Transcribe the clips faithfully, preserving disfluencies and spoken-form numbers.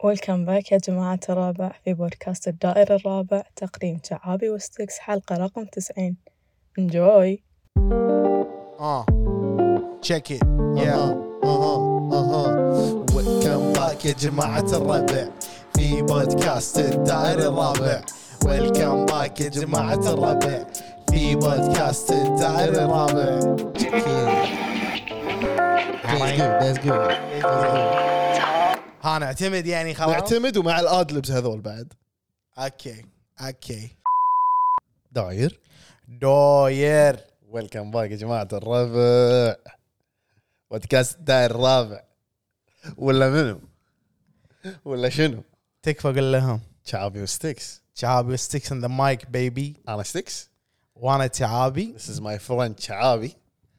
ويلكم باك يا جماعة الرابع في بودكاست الدائري الرابع، تقديم شعابي وستكس، حلقة رقم تسعين. Enjoy. Uh, check it. Yeah. اها اها ويلكم باك يا جماعة الربع في بودكاست الدائري الرابع. ويلكم باك يا جماعة الربع في بودكاست الدائري الرابع. That's good. That's good. ها نعتمد يعني خلاص. نعتمد ومع الادلبس هذول بعد. اوكي اوكي. داير دوير. ويلكم باك يا جماعة الربع بودكاست الدائري الرابع. ولا منو ولا شنو؟ تكفى قل لهم شعابي وستكس. شعابي ستيكس ان ذا مايك بيبي. انا ستكس وانا شعابي. This is my friend شعابي.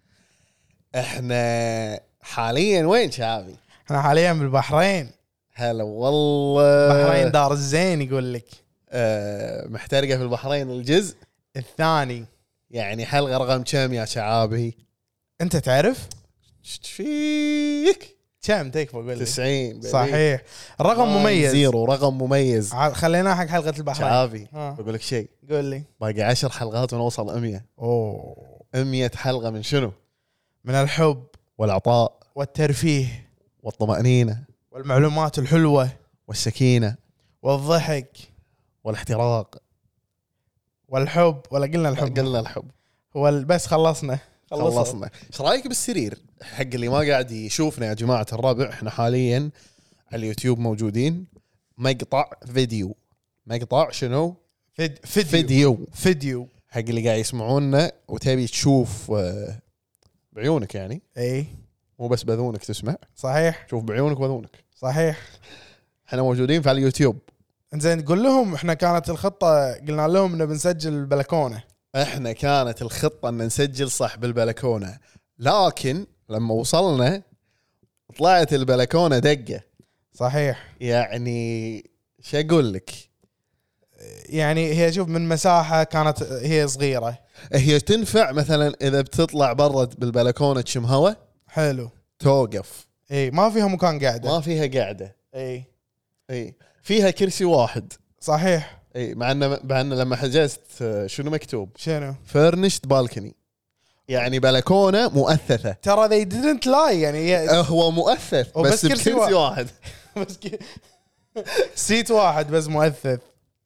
احنا حاليا وين شعابي؟ احنا حاليا بالبحرين. هلا والله. بحرين دار الزين يقول لك. آه محترقة في البحرين الجزء الثاني. يعني حلقة رقم كم يا شعابي؟ انت تعرف شت فيك؟ كم تكفى قول لي. تسعين. صحيح الرقم مميز. زيرو رقم مميز. خليناه حق حلقة البحرين. شعابي آه. بقول لك شيء. قول لي. باقي عشر حلقات ونوصل مية. اوه مية حلقة من شنو؟ من الحب والعطاء والترفيه والطمأنينة والمعلومات الحلوة والسكينة والضحك والاحتراق. والحب ولا قلنا الحب؟ قلنا الحب. وال... بس خلصنا خلصنا. ايش رايك بالسرير حق اللي ما قاعد يشوفنا يا جماعة الربع؟ احنا حاليا على اليوتيوب موجودين مقطع فيديو. مقطع شنو؟ فيد... فيديو فيديو فيديو حق اللي قاعد يسمعونا وتبي تشوف آه، بعيونك، يعني اي مو بس بذونك تسمع، صحيح شوف بعيونك وبذونك. صحيح. احنا موجودين في اليوتيوب. انزين قول لهم احنا كانت الخطة قلنا لهم انه بنسجل البلكونة. احنا كانت الخطة ان نسجل صح بالبلكونة، لكن لما وصلنا طلعت البلكونة دقة. صحيح. يعني شو اقول لك، يعني هي شوف من مساحة كانت هي صغيرة، هي تنفع مثلا اذا بتطلع برا بالبلكونة تشم هوا حلو، توقف، اي ما فيها مكان قاعدة، ما فيها قاعدة، اي اي فيها كرسي واحد. صحيح. اي مع ان مع ان لما حجزت شنو مكتوب؟ شنو فرنشت بالكني، يعني بلكونة مؤثثة. ترى they didn't lie يعني هي... هو مؤثث بس, بس كرسي بكرسي واحد. واحد بس ك... سيت واحد بس مؤثث.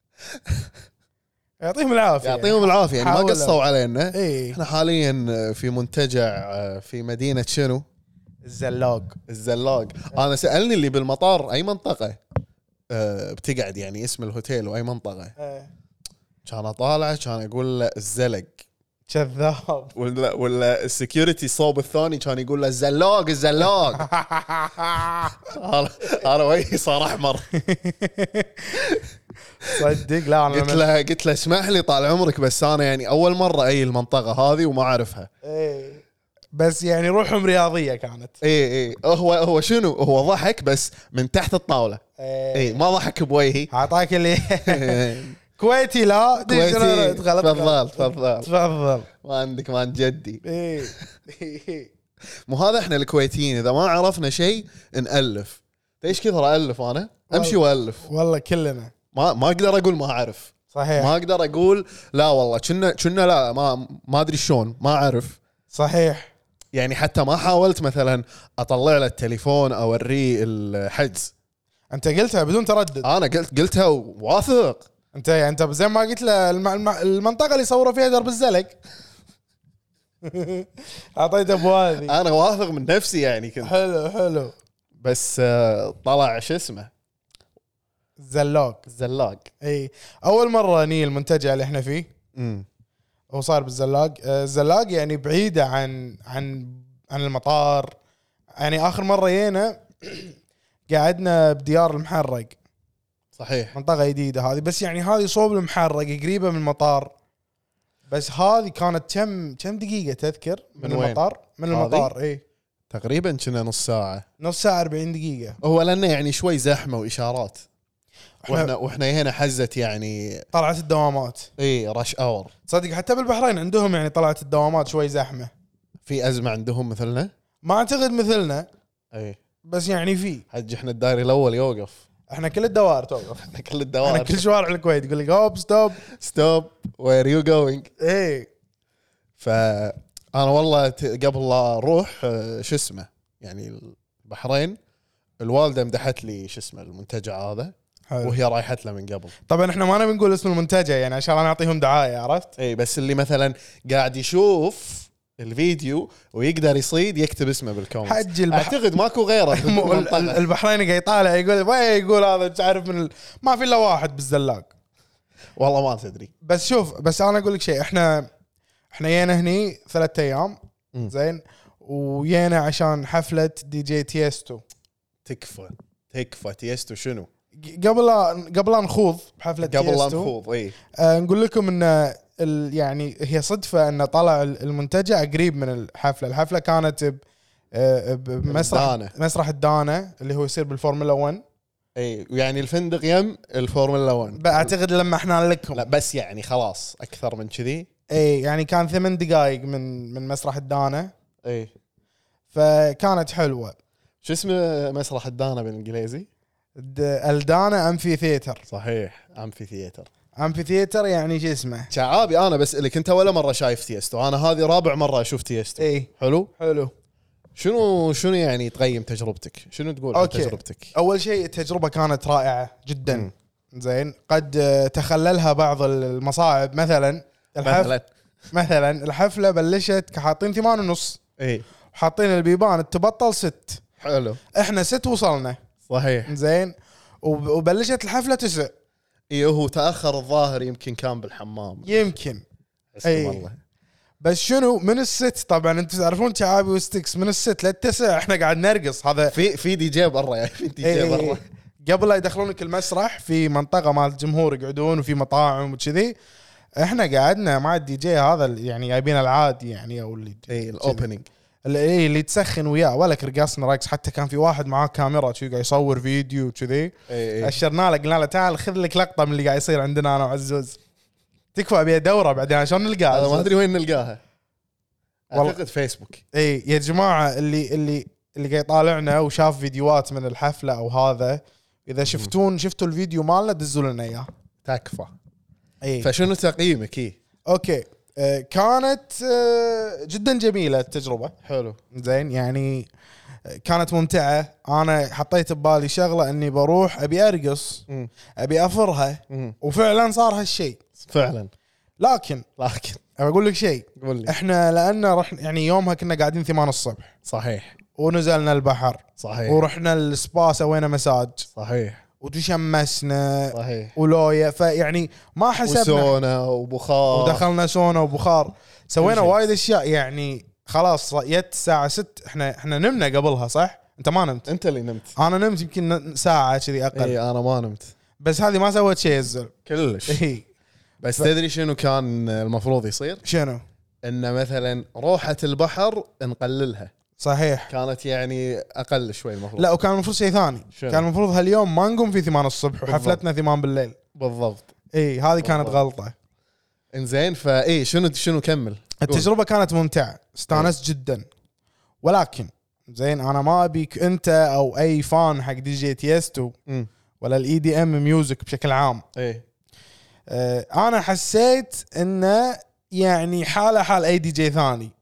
يعطيهم العافية يعطيهم العافية يعني ما حاولوا. قصوا علينا. ايه احنا حاليا في منتجع في مدينة شنو؟ الزلاق. الزلاق. انا سألني اللي بالمطار اي منطقة أه بتقعد، يعني اسم الهوتيل واي منطقة. ايه كان اطالع كان اقول له الزلق، كذاب. ولا ولا السكيورتي صوب الثاني كان يقول له الزلاق الزلاق. انا انا وجهي صار احمر. صدق لا انا قلت له قلت له اسمح لي طال عمرك، بس انا يعني اول مره اي المنطقه هذه وما اعرفها. ايه بس يعني روحهم رياضيه كانت. اي اي هو هو شنو هو ضحك بس من تحت الطاوله. ايه, اي ما ضحك بوجهي. اعطاك اللي كويتي. لا كويتي. تفضل تفضل تفضل تفضل. ما عندك ما عند جدي. ايه مو هذا احنا الكويتيين اذا ما عرفنا شيء نالف. ليش كثر الف انا امشي والف والله كلنا ما ما اقدر اقول ما اعرف. صحيح ما اقدر اقول لا والله كنا كنا لا ما ما ادري شلون ما اعرف. صحيح. يعني حتى ما حاولت مثلا اطلع له التليفون او اوريه الحجز. انت قلتها بدون تردد. انا قلت قلتها واثق. انت انت زي ما قلت له الم... الم... المنطقه اللي صوروا فيها درب الزلق. اعطيته ابو هذه. انا واثق من نفسي يعني كنت. حلو حلو. بس آه، طلع شو اسمه الزلاق. الزلاق. اي اول مره ني المنتجع اللي احنا فيه. امم هو صار بالزلاق. الزلاق يعني بعيده عن عن عن المطار. يعني اخر مره جينا قعدنا بديار المحرق. صحيح. منطقه جديده هذه، بس يعني هذه صوب المحرق قريبه من المطار. بس هذه كانت كم كم دقيقه تذكر من, من وين؟ المطار من المطار اي تقريبا كنا نص ساعه نص ساعه أربعين دقيقه. هو لانه يعني شوي زحمه واشارات. احنا واحنا واحنا هنا حزت يعني. طلعت الدوامات. اي رش اور. صدق حتى بالبحرين عندهم يعني طلعت الدوامات شوي زحمه. في ازمه عندهم مثلنا. ما اعتقد مثلنا اي بس يعني في حج احنا الداري الاول يوقف. احنا كل الدوائر توقف. احنا كل احنا الدوائر كل شوارع الكويت يقول لك هوب ستوب. ستوب وير يو جوينج. ايه فانا والله ت- قبل لا اروح آه، شو اسمه يعني البحرين الوالده مدحت لي شو اسمه المنتجع هذا حلو. وهي رايحت له من قبل. طبعا احنا ما نبي نقول اسم المنتجع يعني عشان لا نعطيهم دعايه عرفت. اي بس اللي مثلا قاعد يشوف الفيديو ويقدر يصيد يكتب اسمه بالكومنت. حج البح... اعتقد ماكو غيره في مو- ال- ال- المنطقة. البحريني قاعد يطالع يقول وين يقول هذا تعرف من ال... ما في الا واحد بالزلاق. والله ما تدري. بس شوف بس انا اقول لك شيء احنا احنا جينا هني ثلاثة ايام مم. زين وجينا عشان حفله دي جي تيستو. تكفى تكفى تيستو شنو ق- قبل لا قبل لا نخوض بحفله قبل لا تيستو نخوض. اي آه نقول لكم ان ال... يعني هي صدفه ان طلع ال- المنتجع قريب من الحفله. الحفله كانت ب... آه، بمسرح الدانة. مسرح الدانة اللي هو يصير بالفورمولا واحد. اي ويعني الفندق يم الفورمولا واحد. اعتقد لما احنا لكم لا بس يعني خلاص اكثر من كذي. اي يعني كان ثمان دقائق من من مسرح الدانة اي فكانت حلوه. شو اسمه مسرح الدانا بالانجليزي؟ د- الدانا امفي ثيتر. صحيح امفي ثياتر. امفي ثيتر يعني شو اسمه. شعابي انا بسالك انت ولا مره شايف تيستو؟ انا هذه رابع مره اشوف تيستو. اي حلو. حلو. شنو شنو يعني تقيم تجربتك؟ شنو تقول عن أوكي. تجربتك؟ اول شيء التجربه كانت رائعه جدا. مم. زين قد آه، تخللها بعض المصاعب مثلا الحف... مثلا مثلا الحفله بلشت حاطين ثمان ونص اي وحاطين البيبان تبطل ست. حلو احنا ست وصلنا صحيح. زين وب- وبلشت الحفله تسع اي هو تاخر الظاهر يمكن كان بالحمام. يمكن. اسلم أي. الله. بس شنو من الست طبعا انتم تعرفون شعابي وستكس من الست للتسع احنا قاعد نرقص هذا. في في دي جي برا يعني في دي إيه جي إيه برا. قبل لا يدخلونك المسرح في منطقه مال الجمهور يقعدون وفي مطاعم وكذي. احنا قعدنا مع الدي جي هذا اللي يعني جايبين العادي يعني او اللي اي الاوبننج. اللي, إيه اللي تسخن وياه ولك رقصنا رقص. حتى كان في واحد معاه كاميرا شو قاعد يصور فيديو وكذي. اي اي اشرنا له قلنا له تعال خذ لك لقطه من اللي قاعد يصير عندنا انا وعزوز. تكفى ابي ادوره بعدين عشان نلقاه. هذا ما ادري وين نلقاها. والله. اعتقد فيسبوك. اي يا جماعه اللي اللي اللي قاعد يطالعنا وشاف فيديوهات من الحفله او هذا اذا شفتون شفتوا الفيديو مالنا دزوا لنا اياه. تكفى. اي فشنو تقييمك؟ اي اوكي آه كانت آه جدا جميله التجربه. حلو. زين يعني آه، كانت ممتعه. انا حطيت ببالي شغله اني بروح ابي ارقص مم. ابي افرها مم. وفعلا صار هالشيء. فعلا. لكن لكن ابى اقول لك شيء. قول لي. احنا لان رحنا يعني يومها كنا قاعدين ثمان الصبح صحيح ونزلنا البحر صحيح ورحنا السبا سوينا مساج صحيح وتشمسنا صحيح. ولويا فيعني ما حسبنا. وسونا وبخار. ودخلنا سونا وبخار سوينا كل شيء. وايد اشياء يعني خلاص جت الساعه ستة احنا احنا نمنا قبلها صح. انت ما نمت. انت اللي نمت. انا نمت يمكن ساعه كذي اقل. اي انا ما نمت بس هذه ما سوت شيء الزلم. كلش. اي بس ف- تدري شنو كان المفروض يصير؟ شنو ان مثلا روحة البحر نقللها. صحيح. كانت يعني اقل شوي المفروض. لا وكان المفروض شيء ثاني. شنو؟ كان المفروض هاليوم ما نقوم في ثمان الصبح بالضبط. وحفلتنا ثمان بالليل. بالضبط. اي هذه كانت بالضبط. غلطه. انزين فاي شنو شنو كمل. التجربه كانت ممتعه استانست جدا ولكن زين انا ما ابيك انت او اي فان حق دي جي تيستو امم ولا الاي دي ام ميوزك بشكل عام. اي آه انا حسيت انه يعني حاله حال اي دي جي ثاني.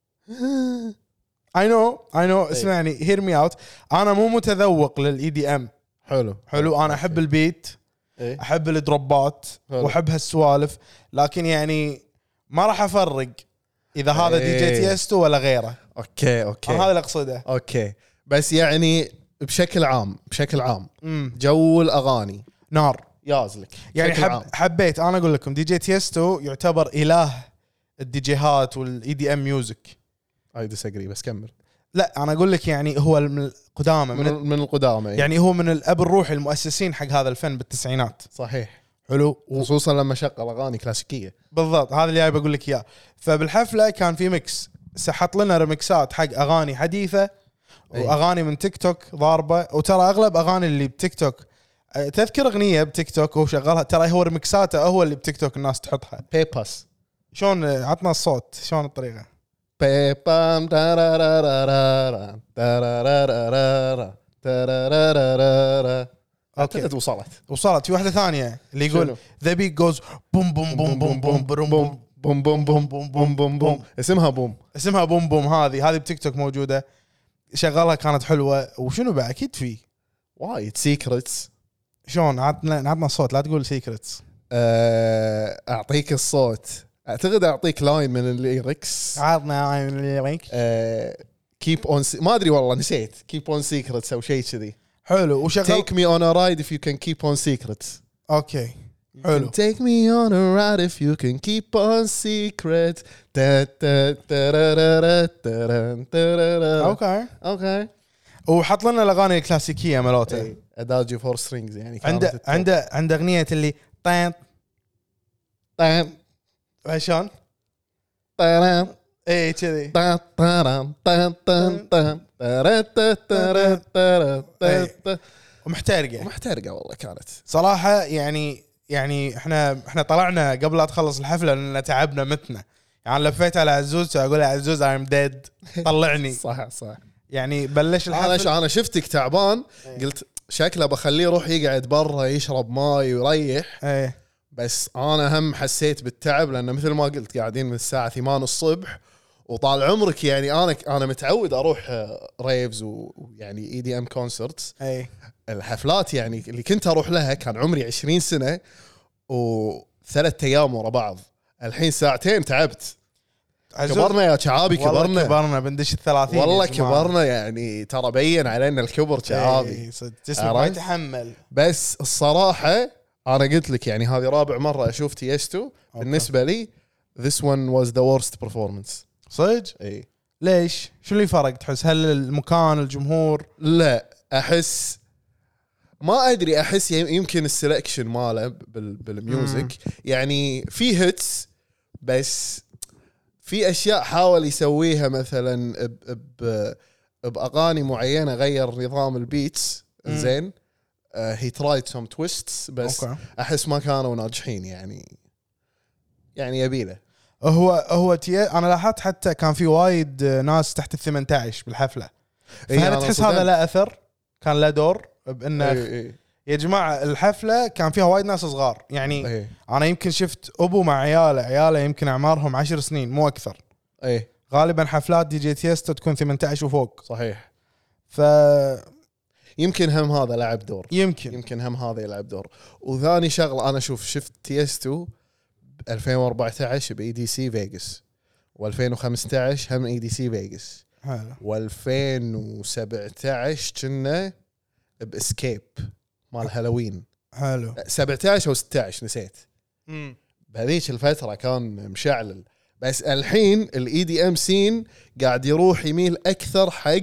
اي نو اي نو اسمعني هير مي اوت. انا مو متذوق للاي دي ام. حلو حلو انا احب البيت اي احب الدروبات حلو. واحب هالسوالف لكن يعني ما راح افرق اذا هذا دي جي إيه. تيستو ولا غيره. اوكي اوكي انا هذا اللي اقصده. اوكي بس يعني بشكل عام بشكل عام امم جو الاغاني نار يازلك يعني بشكل حب عام. حبيت. انا اقول لكم دي جي تيستو يعتبر اله الدي جيهات والاي دي ام ميوزك. اي ديسجري بس كمل. لا انا اقول لك يعني هو من القدامى من, من من القدامى يعني, يعني هو من الاب الروحي المؤسسين حق هذا الفن بالتسعينات. صحيح. حلو و- خصوصا لما شغل اغاني كلاسيكيه. بالضبط هذا اللي جاي بقول لك اياه. فبالحفله كان في ميكس سحط لنا ريمكسات حق اغاني حديثه أي. واغاني من تيك توك ضاربه. وترى اغلب اغاني اللي بتيك توك أه، تذكر اغنيه بتيك توك وهو شغلها ترى هو ريمكساته هو اللي بتيك توك الناس تحطها. بيباس شلون أه، عطنا الصوت شلون الطريقه. بيبام تارارارارارا تارارارارارا تارارارارارا اعتقد وصلت وصلت. في واحدة ثانية اللي يقول ذا بيت جوز بوم بوم بوم بوم بوم بوم بوم بوم بوم بوم بوم بوم بوم بوم اسمها بوم اسمها بوم بوم. هذه هذه بتيك توك موجودة، شغلها كانت حلوة. وشنو بقى أكيد في وايد سيكرتس. شلون عطنا عطنا الصوت، لا تقول سيكرتس. اعطيك الصوت، اعتقد اعطيك لاين من الليركس. عطنا الليركس. كيب اون ما ادري والله نسيت. كيب اون سيكرتس او شيء كذي. حلو. وشغل take me on a ride if you can keep on secrets. اوكي حلو. take me on a ride if you can keep on secrets. اوكي اوكي. وحط لنا الاغاني الكلاسيكيه مالته. اداجي فور سترينجز يعني. عنده عنده عنده اغنيه اللي طين طين شلون طين اي كذي طين طين طين طين طين ومحترقه ومحترقه والله كانت صراحه. يعني يعني احنا احنا طلعنا قبل لا تخلص الحفله لان تعبنا متنا. يعني لفيت على عزوز اقول له عزوز ايم ديد طلعني. صح صح. يعني بلش الحفل انا انا شفتك تعبان قلت شكله بخليه يروح يقعد برا يشرب ماي ويريح. ايه بس انا هم حسيت بالتعب لان مثل ما قلت قاعدين من الساعه ثمانية الصبح وطال عمرك. يعني انا انا متعود اروح ريفز ويعني اي دي ام كونسرتس. اي الحفلات يعني اللي كنت اروح لها كان عمري عشرين سنة وثلاث ايام ورا بعض. الحين ساعتين تعبت. كبرنا يا شعابي كبرنا كبرنا بندش الثلاثين والله كبرنا. يعني ترى بين علينا الكبر شعابي. جسمك ما يتحمل. بس الصراحة أنا قلت لك يعني هذه رابع مرة أشوف تيستو. بالنسبة لي this one was the worst performance. صدق؟ اي. ليش؟ شو اللي فرق تحس؟ هل المكان الجمهور؟ لا أحس ما أدري. أحس يمكن السلكشن ماله بالميوزك. يعني في هيتس بس في أشياء حاول يسويها مثلا ب ب بأغاني معينة غير نظام البيتس. زين هي ترايد سم تويستس بس أوكي. أحس ما كانوا ناجحين. يعني يعني يبيله هو هو تي... أنا لاحظت حتى كان في وايد ناس تحت الثمانية عشر بالحفلة. فهل تحس هذا لا أثر؟ كان له دور بأنه اي اي. يا جماعة الحفلة كان فيها وايد ناس صغار. يعني اي. أنا يمكن شفت أبو مع عياله عياله يمكن أعمارهم عشر سنين مو أكثر. اي غالبا حفلات دي جي تيستو تكون ثمانية عشر وفوق. صحيح. ف يمكن هم هذا لعب دور. يمكن يمكن هم هذا يلعب دور. وثاني شغله انا اشوف شفت تيستو ألفين وأربعة عشر باي دي سي فيغاس و2015 هم اي دي سي فيغاس و2017 كنا باسكيب مال هالوين. حلو. سبعة عشر او ستة عشر نسيت. امم بهذيك الفتره كان مشعل. بس الحين الاي دي ام سين قاعد يروح يميل اكثر حق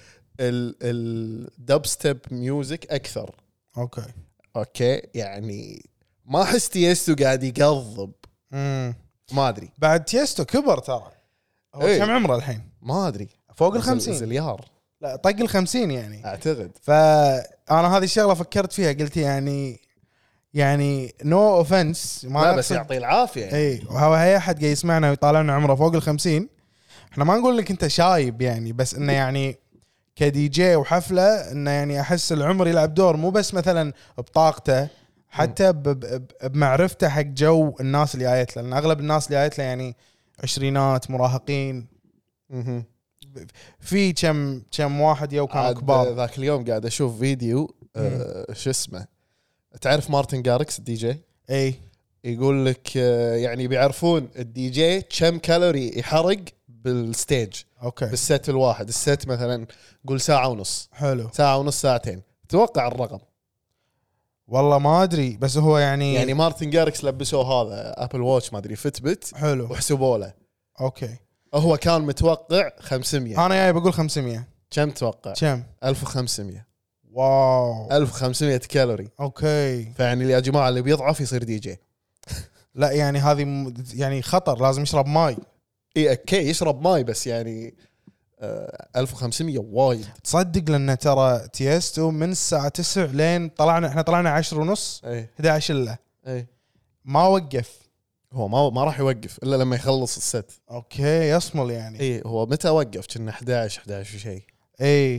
الدب ستيب ميوزك اكثر. اوكي اوكي. يعني ما احس تيستو قاعد يقضب. امم ما ادري. بعد تيستو كبر ترى. هو ايه. كم عمره الحين؟ ما ادري. فوق الخمسين زليار. لا طق الخمسين يعني اعتقد. فانا هذه الشغله فكرت فيها قلت يعني يعني نو اوفنس ما لا بس يعطيه العافيه يعني. اي وهو هي احد قاعد يسمعنا ويطالعنا عمره فوق الخمسين. احنا ما نقول لك انت شايب يعني بس انه يعني كدي جي وحفله انه يعني احس العمر يلعب دور مو بس مثلا بطاقته حتى بمعرفته حق جو الناس اللي جايت له. لان اغلب الناس اللي جايت له يعني عشرينات مراهقين. اها. في كم كم واحد يو كانوا كبار. ذاك اليوم قاعد اشوف فيديو آه شو اسمه. تعرف مارتن جاركس الدي جي؟ اي يقول لك آه يعني بيعرفون الدي جي كم كالوري يحرق بالستيج. اوكي. بالست الواحد. الست مثلا قول ساعه ونص. حلو. ساعه ونص ساعتين. توقع الرقم. والله ما ادري بس هو يعني يعني مارتن جاركس لبسوه هذا ابل واتش ما ادري فتبت. حلو. وحسبوا له. اوكي. هو كان متوقع خمسمية. انا جاي بقول خمسمية. كم توقع؟ كم؟ ألف وخمسمية. واو. ألف وخمسمية كالوري. اوكي. فيعني يا جماعه اللي بيضعف يصير دي جي. لا يعني هذه م... يعني خطر لازم يشرب ماي. اي اوكي يشرب ماي بس يعني آه ألف وخمسمية وايد. تصدق لان ترى تيستو من الساعه تسعة لين طلعنا احنا طلعنا عشرة ونص اي احد عشر الا اي ما وقف. هو ما ما راح يوقف الا لما يخلص الست. اوكي يصمل يعني. اي هو متى وقف؟ كنا أحد عشر أحد عشر شيء. اي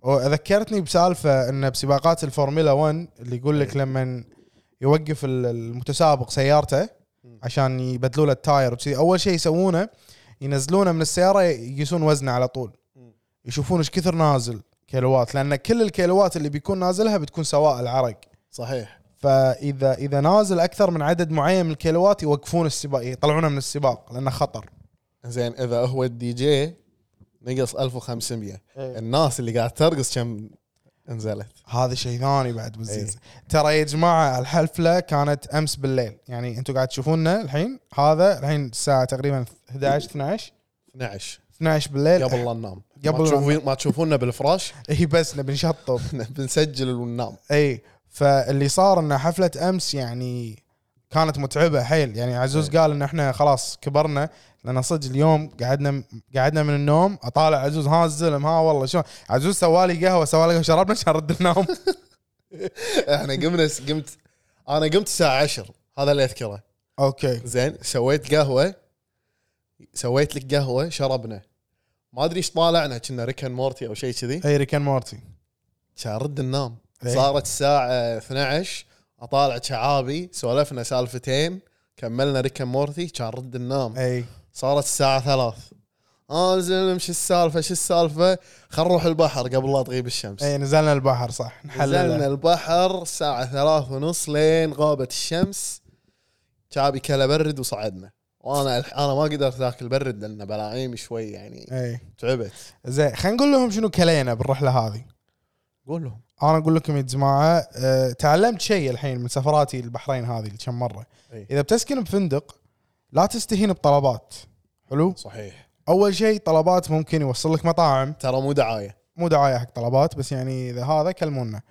وذكرتني بسالفه انه بسباقات الفورمولا واحد اللي يقول لك لما يوقف المتسابق سيارته عشان يبدلوا له التاير وكذي، اول شيء يسوونه ينزلونه من السياره يقيسون وزنه على طول، يشوفون ايش كثر نازل كيلوات، لان كل الكيلوات اللي بيكون نازلها بتكون سواء العرق. صحيح. فاذا اذا نازل اكثر من عدد معين من الكيلوات يوقفون السباق، يطلعونه من السباق لانه خطر. زين اذا هو الدي جي نقص ألف وخمسمية، إيه. الناس اللي قاعد ترقص كم نزلت؟ هذا شيء ثاني بعد بالزيز. إيه. ترى يا جماعه الحفله كانت امس بالليل، يعني انتم قاعد تشوفوننا الحين، هذا الحين الساعه تقريبا احد عشر اثناشر اثناشر اثناشر بالليل قبل لا ننام. قبل ما, لا تشوفون ما تشوفونا بالفراش. اي بس نبي نشطب بنسجل وننام. اي فاللي صار ان حفله امس يعني كانت متعبه حيل، يعني عزوز أي. قال ان احنا خلاص كبرنا، لان صدق اليوم قعدنا قعدنا من النوم اطالع عزوز، ها الزلم ها والله شلون عزوز سوالي قهوه سوالي قهوه شربنا عشان نرد ننام. احنا قمنا قمت انا قمت الساعه عشرة، هذا اللي اذكره. اوكي زين سويت قهوه، سويت لك قهوه شربنا، ما ادري ايش طالعنا، كنا ريكن مورتي او شيء كذي، اي ريكن مورتي. كان رد النوم. إيه. صارت الساعه اثناشر اطالع شعابي، سولفنا سالفتين، كملنا ريكن مورتي، كان رد النوم. اي صارت الساعه ثلاث، اه زلمه شو السالفه شو السالفه، خل نروح البحر قبل لا تغيب الشمس. اي نزلنا البحر صح، نزلنا نحلل البحر الساعه ثلاث ونص لين غابت الشمس، شابي كلا برد وصعدنا، وانا الح... انا ما قدرت ذاك البرد لان بلاعيم شوي يعني اي. تعبت. زين خلينا نقول لهم شنو كلينا بالرحله هذه. قول لهم. انا اقول لكم يا جماعه أه تعلمت شيء الحين من سفراتي البحرين هذه كم مره. أي. اذا بتسكن بفندق لا تستهين بطلبات. حلو. صحيح. اول شيء طلبات ممكن يوصل لك مطاعم، ترى مو دعايه، مو دعايه حق طلبات، بس يعني اذا هذا كلمونا.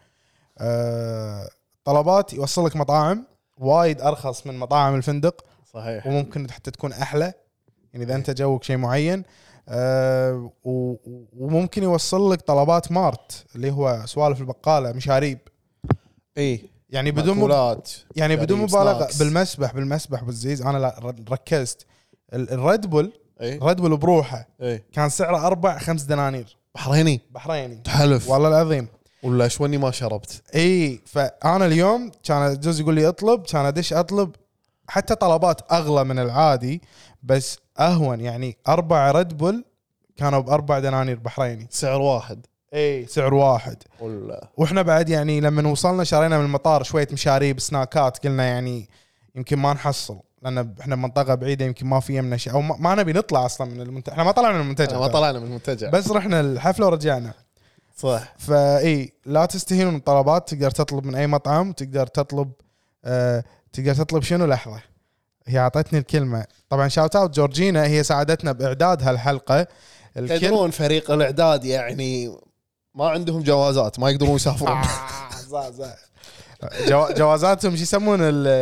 أه طلبات يوصل لك مطاعم وايد ارخص من مطاعم الفندق، صحيح، وممكن حتى تكون احلى يعني اذا انت جوك شيء معين. أه وممكن يوصل لك طلبات مارت اللي هو سوالف البقاله، مشاريب. اي يعني بدون مأكولات، يعني بدون مبالغه سناكس. بالمسبح بالمسبح بالزيز انا لا ركزت الريد بول اي الريد بول بروحه اي كان سعره أربع خمس دنانير بحريني بحريني تحلف والله العظيم. ولا شوني ما شربت. اي فانا اليوم كان جوز يقول لي اطلب، كان ادش اطلب حتى طلبات اغلى من العادي بس اهون، يعني اربع ريد بول كانوا باربع دنانير بحريني، سعر واحد. اي سعر واحد. ولا واحنا بعد يعني لما وصلنا شرينا من المطار شويه مشاريب سناكات، قلنا يعني يمكن ما نحصل لان احنا بمنطقه بعيده يمكن ما في يمنا شيء، او ما, ما نبي نطلع اصلا من المنتجع، احنا ما طلعنا من المنتجع، ما طلعنا من المنتجع بس رحنا الحفله ورجعنا. صح. فاي لا تستهينوا من الطلبات، تقدر تطلب من اي مطعم، تقدر تطلب آه تقدر تطلب شنو. لحظه هي اعطتني الكلمه، طبعا شاوت اوت جورجينا، هي ساعدتنا باعداد هالحلقه. تدرون فريق الاعداد يعني ما عندهم جوازات، ما يقدرون يسافرون. زا زا. جو جوازاتهم شو يسمون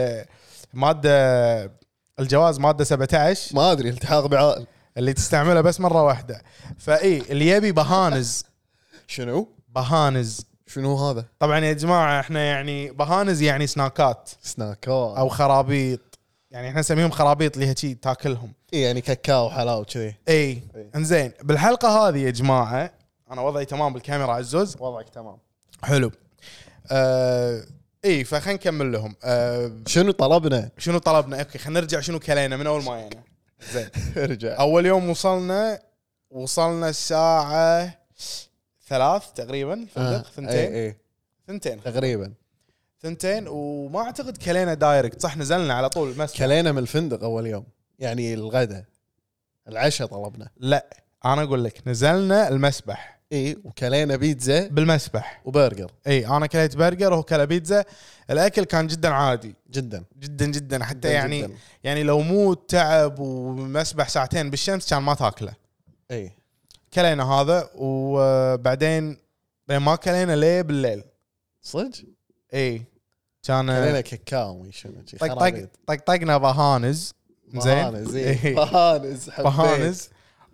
الماده، الجواز ماده سبعة عشر ما ادري التحاق بعائل اللي تستعملها بس مره واحده. فاي اللي يبي بهانز. شنو بهانز شنو هذا؟ طبعا يا جماعه احنا يعني بهانز يعني سناكات سناكات او خرابيط، يعني احنا نسميهم خرابيط اللي هي تاكلهم. إيه يعني كاكاو حلاوه كذي. اي انزين بالحلقه هذه يا جماعه انا وضعي تمام بالكاميرا عزوز، وضعك تمام حلو. آه اي فخلينا نكمل لهم. آه شنو طلبنا؟ شنو طلبنا؟ اوكي خلينا نرجع شنو كلينا من اول ما جينا. زين ارجع. اول يوم وصلنا وصلنا الساعه ثلاث تقريبا فندق آه. ثنتين اي اي ثنتين تقريبا ثنتين وما اعتقد كلينا دايركت صح، نزلنا على طول المسجد. كلينا من الفندق اول يوم يعني الغداء، العشاء طلبنا. لا انا اقول لك نزلنا المسبح. اي وكلينا بيتزا بالمسبح وبرجر. اي انا كليت برجر وهو كلا بيتزا. الاكل كان جدا عادي جدا جدا جدا حتى جداً يعني جداً. يعني لو مو تعب ومسبح ساعتين بالشمس كان ما تاكله. اي كلينا هذا وبعدين ما كلينا ليه بالليل. صدق اي كان كلينا كاكاو شنو طق طق طق طقنا بهانز. بهانز إيه. بهانز بهانز.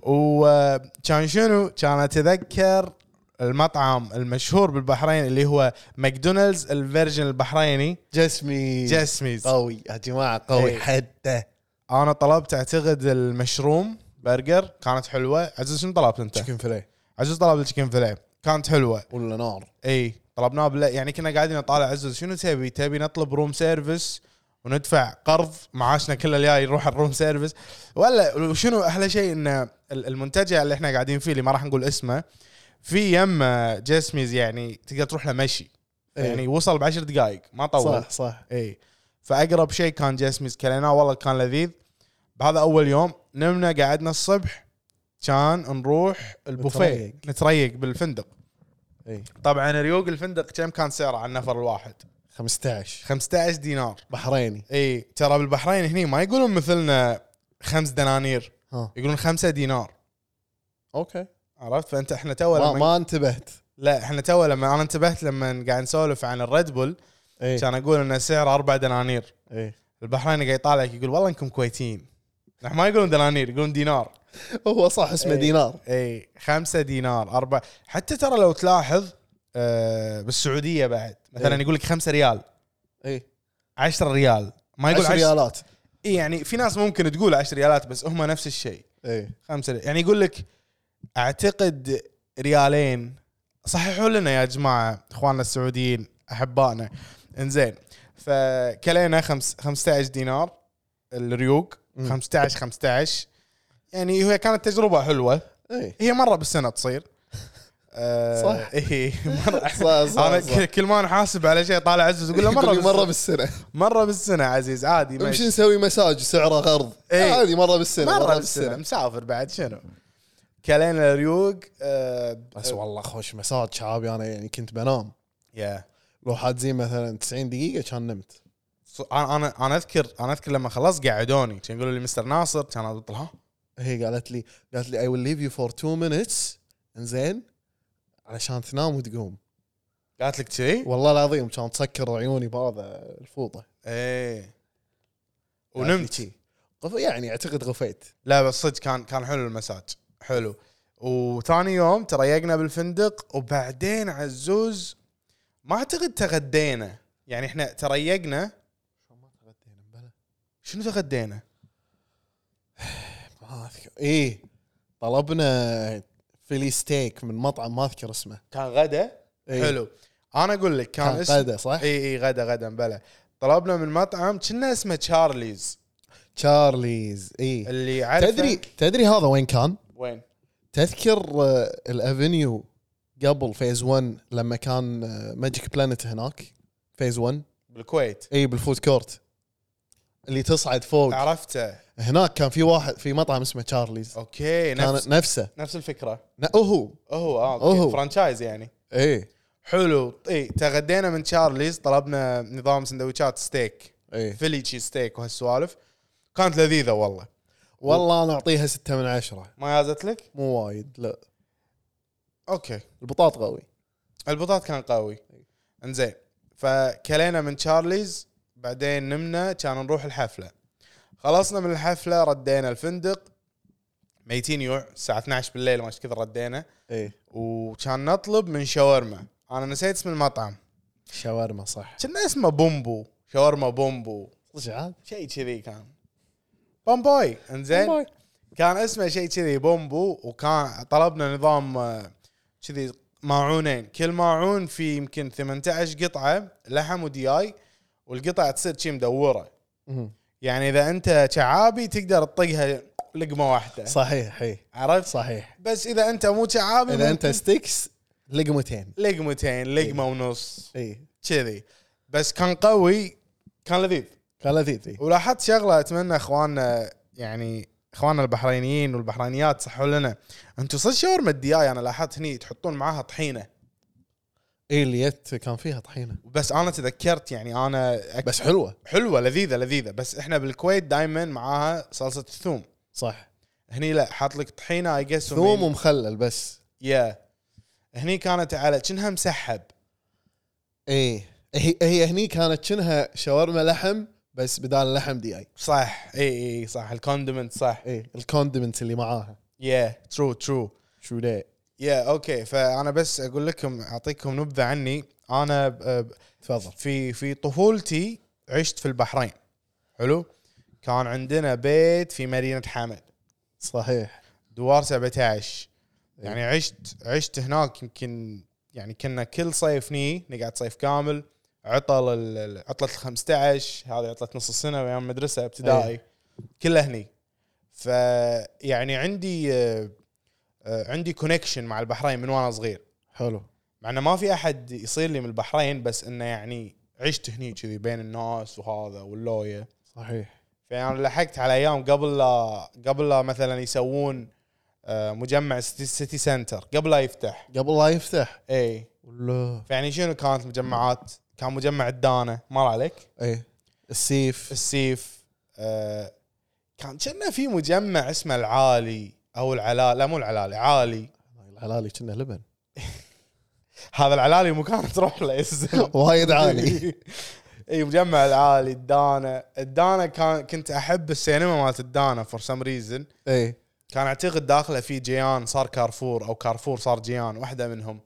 وكان شنو كان اتذكر المطعم المشهور بالبحرين اللي هو ماكدونالدز الفيرجن البحريني جسمي جسميز. قوي يا جماعه قوي إيه. حده. انا طلبت اعتقد المشروم برجر كانت حلوه. عزوز شنو طلبت انت؟ تشيكن فيليه. عزوز طلب التشيكن فيليه كانت حلوه ولا نار. اي طلبناه بلا يعني كنا قاعدين نطالع عزوز شنو تبي تبي نطلب روم سيرفيس وندفع قرض معاشنا كله الجاي يروح الروم سيرفيس ولا وشنو احلى شيء ان المنتجع اللي احنا قاعدين فيه اللي ما راح نقول اسمه في يم جسميز يعني تقدر تروح له مشي إيه. يعني وصل بعشر دقائق ما طول صح صح. اي فاقرب شيء كان جسميز كليناه والله كان لذيذ. بهذا اول يوم نمنا قعدنا الصبح كان نروح البوفيه نتريق. نتريق بالفندق. اي طبعا ريوق الفندق كم كان سعره على النفر الواحد؟ خمسة عشر خمسة عشر دينار بحريني. اي ترى بالبحرين هني ما يقولون مثلنا خمس دنانير ها يقولون خمسة دينار اوكي. عرفت. فانت احنا تو ما, لما ما انتبهت. لا احنا تو لما انا انتبهت لما قاعد نسولف عن الريد بول اي كان اقول ان سعره أربع دنانير. اي البحريني قاعد يطالعك يقول والله انكم كويتيين نحن ما يقولون دنانير يقولون دينار. هو صح اسمه إيه. دينار. اي خمسة دينار أربعة. حتى ترى لو تلاحظ آه بالسعودية بعد مثلا إيه. يقول لك خمسة ريال اي عشرة ريال ما يقول عشر عشر ريالات. اي يعني في ناس ممكن تقول عشر ريالات بس هم نفس الشيء اي خمسة ريال. يعني يقول لك اعتقد ريالين. صححوا لنا يا جماعة اخواننا السعوديين احبائنا. انزين فكلينا خمس خمسة عشر دينار الريوق مم. خمسة عشر خمسة عشر يعني هي كانت تجربة حلوة. اي هي مرة بالسنة تصير آه صح. ايه مرة صح صح انا صح. ك- كل ما نحاسب على شيء طالع عزوز يقول له مرة يقول لي مرة بالسنة. بالسنة. مرة بالسنة عزيز عادي نمشي ماشي. نسوي مساج سعره غرض. إيه. عادي مرة بالسنة. مرة بالسنة مسافر بعد شنو كلينا الريوق آه بس والله خوش مساج شعابي. انا يعني كنت بنام يا لو حاجزين مثلا تسعين دقيقة كان نمت. ص- انا انا انا اذكر انا اذكر لما خلصت قعدوني كان يقولوا لي مستر ناصر كان اقول ها هي قالت لي قالت لي I will leave you for two minutes انزين علشان تنام وتقوم. قالت لك شيء والله العظيم كان تسكر عيوني بهذا الفوطة. ايه قالت ونمت. لي شي. غف يعني اعتقد غفيت. لا بس صدق كان كان حلو المساج حلو. وثاني يوم تريقنا بالفندق وبعدين عزوز ما اعتقد تغدينا يعني احنا تريقنا. ما تغدينا بلا شنو تغدينا؟ ما اذكر. ايه طلبنا فيلي ستيك من مطعم ما اذكر اسمه. كان غدا إيه. حلو. انا اقول لك كان, كان اسم غدا صح. اي اي غدا غدا بلا. طلبنا من مطعم كنا اسمه تشارليز تشارليز. ايه اللي عارفه. تدري تدري هذا وين كان؟ وين؟ تذكر آه، الافنيو قبل فيز واحد لما كان آه، ماجيك بلانت هناك فيز واحد. بالكويت. اي بالفود كورت اللي تصعد فوق. عرفته. هناك كان في واحد في مطعم اسمه تشارليز. اوكي كان نفس نفسه نفس الفكره. ن- هو هو اه أوه. اوكي فرانشايز يعني. ايه حلو. اي تغدينا من تشارليز طلبنا نظام سندويشات ستيك ايه فيلي تشيز ستيك وهالسوالف كانت لذيذه والله. والله انا اعطيها ستة من عشرة. ما يازت لك؟ مو وايد لا. اوكي. البطاط قوي. البطاط كان قوي. انزين فكلينا من تشارليز بعدين نمنا كان نروح الحفله. خلصنا من الحفله ردينا الفندق ميتين يوع الساعه اثنعش بالليل ما كذا ردينا. ايه وكان نطلب من شاورما انا نسيت اسم المطعم شاورما صح. كنا اسمه بومبو شاورما بومبو صدق عاد شيء كذي كان بومبوي. انزين كان اسمه شيء كذي بومبو. وكان طلبنا نظام آه، كذي ماعونين كل ماعون في يمكن ثمانية عشر قطعه لحم ودياي والقطعه تصير شي مدوره مهم. يعني اذا انت شعابي تقدر تطقها لقمه واحده صحيح. اي عرفت. صحيح. بس اذا انت مو شعابي اذا انت ممكن ستيكس لقمتين. لقمتين لقمه ونص اي كذي. بس كان قوي كان لذيذ. كان لذيذ. إيه. ولاحظت شغله اتمنى اخواننا يعني اخواننا البحرينيين والبحرينيات صحوا لنا انتم صدق شاورما الدياي انا لاحظت هني تحطون معاها طحينه. ايه اللي يت كان فيها طحينه بس انا تذكرت يعني انا أك... بس حلوه. حلوه لذيذه لذيذه. بس احنا بالكويت دائما معاها صلصه الثوم. صح. هني لا حاط لك طحينه اي جس ثوم ومخلل بس. يا هني كانت على كأنها مسحب. ايه هي هي هني كانت شنها شاورما لحم بس بدال اللحم دي اي. صح اي اي صح الكوندمنت صح. ايه الكوندمنت اللي معاها. يا ترو ترو شو ده. يا اوكي. فانا بس اقول لكم اعطيكم نبذه عني. انا ب- تفضل. في في طفولتي عشت في البحرين. حلو. كان عندنا بيت في مدينه حمد صحيح. دوار سبعة عشر. يعني عشت عشت هناك يمكن يعني كنا كل صيف ني نقعد صيف كامل. عطل ال- عطلة الخمسة عشر هذه عطلة نص السنة ويام مدرسة ابتدائي كلها هني. فيعني عندي آه، آه، عندي كونكشن مع البحرين من وانا صغير. حلو. مع انه ما في احد يصير لي من البحرين بس انه يعني عشت هني كذي بين الناس وهذا واللوية. صحيح. فيعني لحقت على ايام قبل لا قبل لا مثلا يسوون آه، مجمع سيتي, سيتي سنتر قبل لا يفتح. قبل لا يفتح. اي ولا فيعني شنو كانت المجمعات؟ كان مجمع الدانة مر عليك. اي السيف. السيف. آه كان كنا في مجمع اسمه العالي او العلالي. لا مو العلالي عالي. العلالي كنا لبن. هذا العلالي مكان تروح له يسلم. وايد عالي. اي مجمع العالي الدانة. الدانة كان كنت احب السينما مالت الدانة فور سم ريزن. اي كان اعتقد داخله في جيان صار كارفور او كارفور صار جيان واحدة منهم.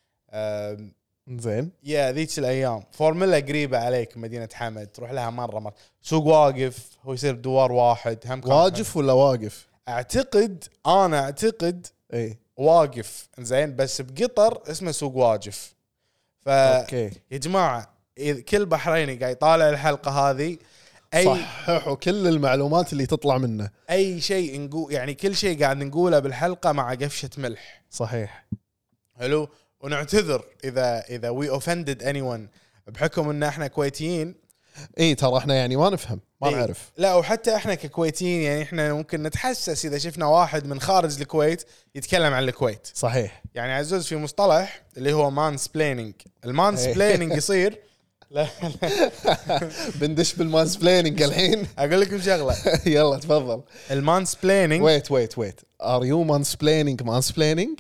آم، زين. يا ذيك الايام فورمولا قريبه عليك مدينه حمد تروح لها مره مره. سوق واقف هو يصير بدوار واحد هم كان واقف ولا واقف؟ اعتقد انا اعتقد اي واقف زين بس بقطر اسمه سوق واقف. ف اوكي يا جماعه إذا كل بحريني قاعد يطالع الحلقه هذه اي صححوا كل المعلومات اللي تطلع منه. اي شيء نقول يعني كل شيء قاعد نقوله بالحلقه مع قفشه ملح. صحيح. حلو. ونعتذر اذا اذا وي اوفندد اني ون بحكم ان احنا كويتيين. اي ترى احنا يعني ما نفهم ما إيه. نعرف. لا وحتى احنا ككويتيين يعني احنا ممكن نتحسس اذا شفنا واحد من خارج الكويت يتكلم عن الكويت. صحيح. يعني عزوز في مصطلح اللي هو مان سبليننج. المان سبليننج يصير لا, لا. بندش بالمان سبليننج الحين. اقول لكم شغله. يلا تفضل. المان سبليننج ويت ويت ويت ار يو مان سبليننج مان سبليننج.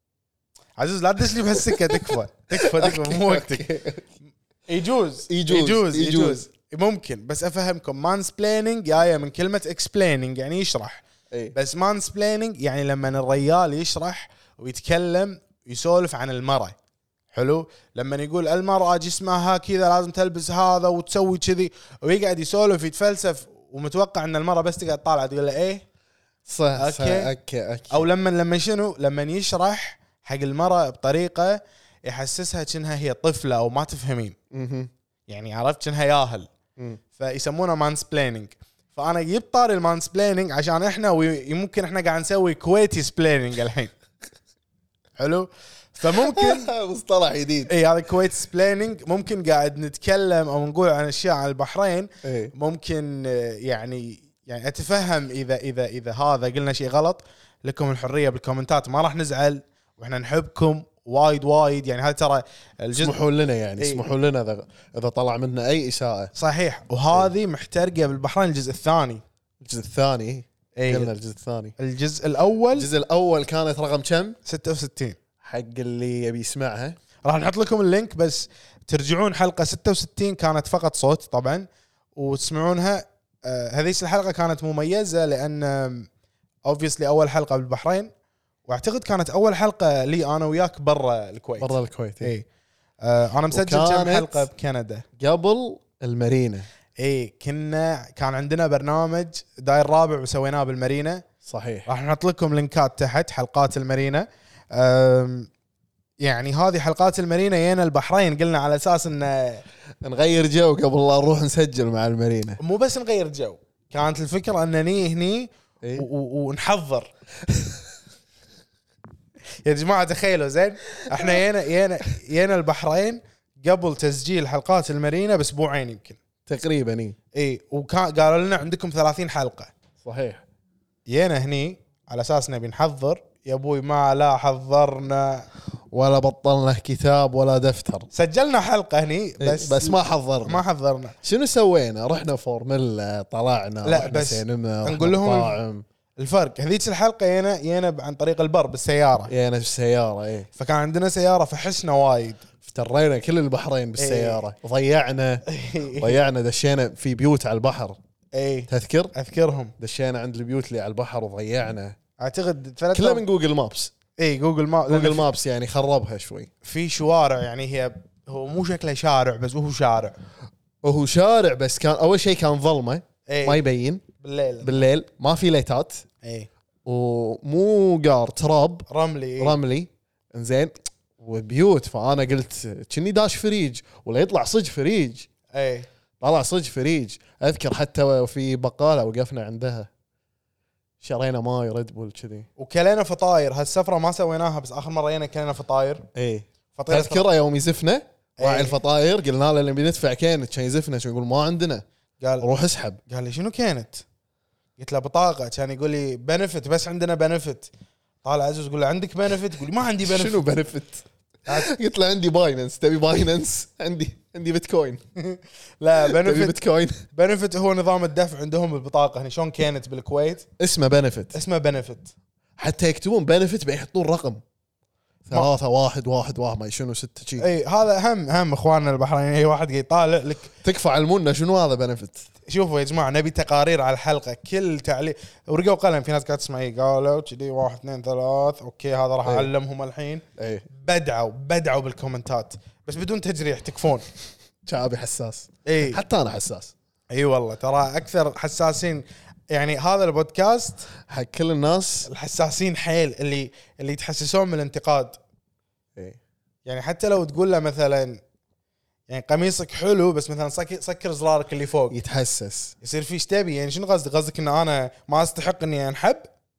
عزوز لا تدش لي بهالسكه. تكفى تكفى تكفى مو وقتك. يجوز يجوز يجوز, يجوز. يجوز. ممكن بس افهمكم مان سبليننج جايه من كلمه اكسبليننج يعني يشرح. اي بس مان سبليننج يعني لما الرجال يشرح ويتكلم يسولف عن المرأة. حلو. لما يقول المرأة جسمها كذا لازم تلبس هذا وتسوي كذي ويقعد يسولف يتفلسف ومتوقع ان المرأة بس تقعد طالعة تقول له ايه صح. أوكي. اوكي اوكي. او لما لما شنو لما يشرح حق المرأة بطريقة يحسسها كأنها هي طفلة او ما تفهمين. اها يعني عرفت كأنها ياهل. مم. فيسمونه مان سبليننج. فانا جبت طاري المان سبليننج عشان احنا ويمكن احنا قاعد نسوي كويتي سبليننج الحين. حلو. فممكن مصطلح جديد. اي هذا كويت سبليننج. ممكن قاعد نتكلم او نقول عن اشياء عن البحرين. اي ممكن آه، يعني يعني اتفهم اذا اذا اذا هذا قلنا شيء غلط. لكم الحريه بالكومنتات ما راح نزعل واحنا نحبكم وايد وايد. يعني هذا ترى الجزء اسمحوا لنا يعني إيه. اسمحوا لنا اذا اذا طلع منا اي اساءه. صحيح. وهذه محترقه بالبحرين الجزء الثاني. الجزء الثاني اي قلنا الجزء الثاني. الجزء الاول الجزء الاول كانت رقم كم ستة وستين. حق اللي يبي يسمعها؟ راح نحط لكم اللينك بس ترجعون حلقة ستة وستين كانت فقط صوت طبعا وتسمعونها. آه هذه الحلقة كانت مميزة لأن obviously أول حلقة بالبحرين واعتقد كانت أول حلقة لي أنا وياك برا الكويت. برا الكويت. إيه. آه أنا مسجل كم وكانت حلقة بكندا قبل المارينا. إيه كنا كان عندنا برنامج داير رابع وسويناه بالمارينا. صحيح. راح نحط لكم لينكات تحت حلقات المارينا. آم، يعني هذه حلقات المارينا يانا البحرين قلنا على اساس ان نغير جو قبل لا نروح نسجل مع المارينا. مو بس نغير جو. كانت الفكره انني هني إيه؟ و- و- ونحضر. يا جماعه تخيلوا زين احنا يانا يانا يانا البحرين قبل تسجيل حلقات المارينا باسبوعين يمكن تقريبا. اي اي وكان قالوا لنا عندكم ثلاثين حلقه. صحيح. يانا هني على اساس نبي نحضر. يا ابوي ما لا حضرنا ولا بطلنا كتاب ولا دفتر. سجلنا حلقه هني بس بس بس ما حضرنا. ما حضرنا. شنو سوينا؟ رحنا فورميلا، طلعنا، لا، رحنا بس سينما، نقول رحنا لهم مطاعم. الفرق هذيك الحلقه يانا يانا عن طريق البر بالسياره. يعني بالسيارة. ايه فكان عندنا سياره فحشنا وايد. افترينا كل البحرين بالسيارة. ضيعنا ضيعنا دشينا في بيوت على البحر. اي تذكر اذكرهم. دشينا عند البيوت اللي على البحر وضيعنا اعتقد ثلاث كلها من جوجل مابس. اي جوجل ما جوجل مابس يعني خربها شوي. في شوارع يعني هي هو مو شكله شارع بس هو شارع. وهو شارع بس كان اول شيء كان ظلمة اي ما يبين بالليل. بالليل، ما في ليتات، اي ومو قار تراب رملي رملي انزين وبيوت. فانا قلت كني داش فريج ولا يطلع صج فريج. اي طلع صج فريج. اذكر حتى في بقاله وقفنا عندها شرينا ماي ريد بول كذي. وكلينا فطاير. هالسفره ما سويناها بس اخر مره جينا كلينا فطاير. اي فطيره اذكره يوم يزفنا راعي إيه. الفطاير قلنا له نبي ندفع كانت كان يزفنا شو يقول ما عندنا. قال روح اسحب. قال لي شنو كانت؟ قلت له بطاقه. كان يقول لي بنفت بس عندنا بنفت. طالع عزوز يقول له عندك بنفت؟ يقول لي ما عندي بنفت. شنو بنفت؟ قلت له عندي بايننس. تبي بايننس؟ عندي عندي بيتكوين. لا تبي بنفت بيتكوين؟ بنفت هو نظام الدفع عندهم بالبطاقه هنا شلون كانت بالكويت اسمه بنفت. اسمه بنفت. حتى يكتبون بنفت بيحطون رقم ثلاثة واحد واحد واحد ما شنو ستة شيء. اي هذا هم هم اخواننا البحرينيين. اي واحد قاعد يطالع لك. تكفى علمونا شنو هذا بنفت. شوفوا يا جماعه نبي تقارير على الحلقه كل تعليق ورقه وقلم. في ناس قاعد تسمع ايه قالوا كذي واحد اثنين ثلاث اوكي هذا راح أي. اعلمهم الحين. اي بدعوا بدعوا بالكومنتات بس بدون تجريح تكفون. شعبي حساس. اي حتى انا حساس اي والله ترى اكثر حساسين. يعني هذا البودكاست حق كل الناس. الحساسين حيل اللي اللي يتحسسون من الانتقاد. اي يعني حتى لو تقول له مثلا يعني قميصك حلو بس مثلا سك- سكر زرارك اللي فوق يتحسس. يصير في ايش تبي. يعني شنو قصدك؟ قصدك ان انا ما استحق اني انحب؟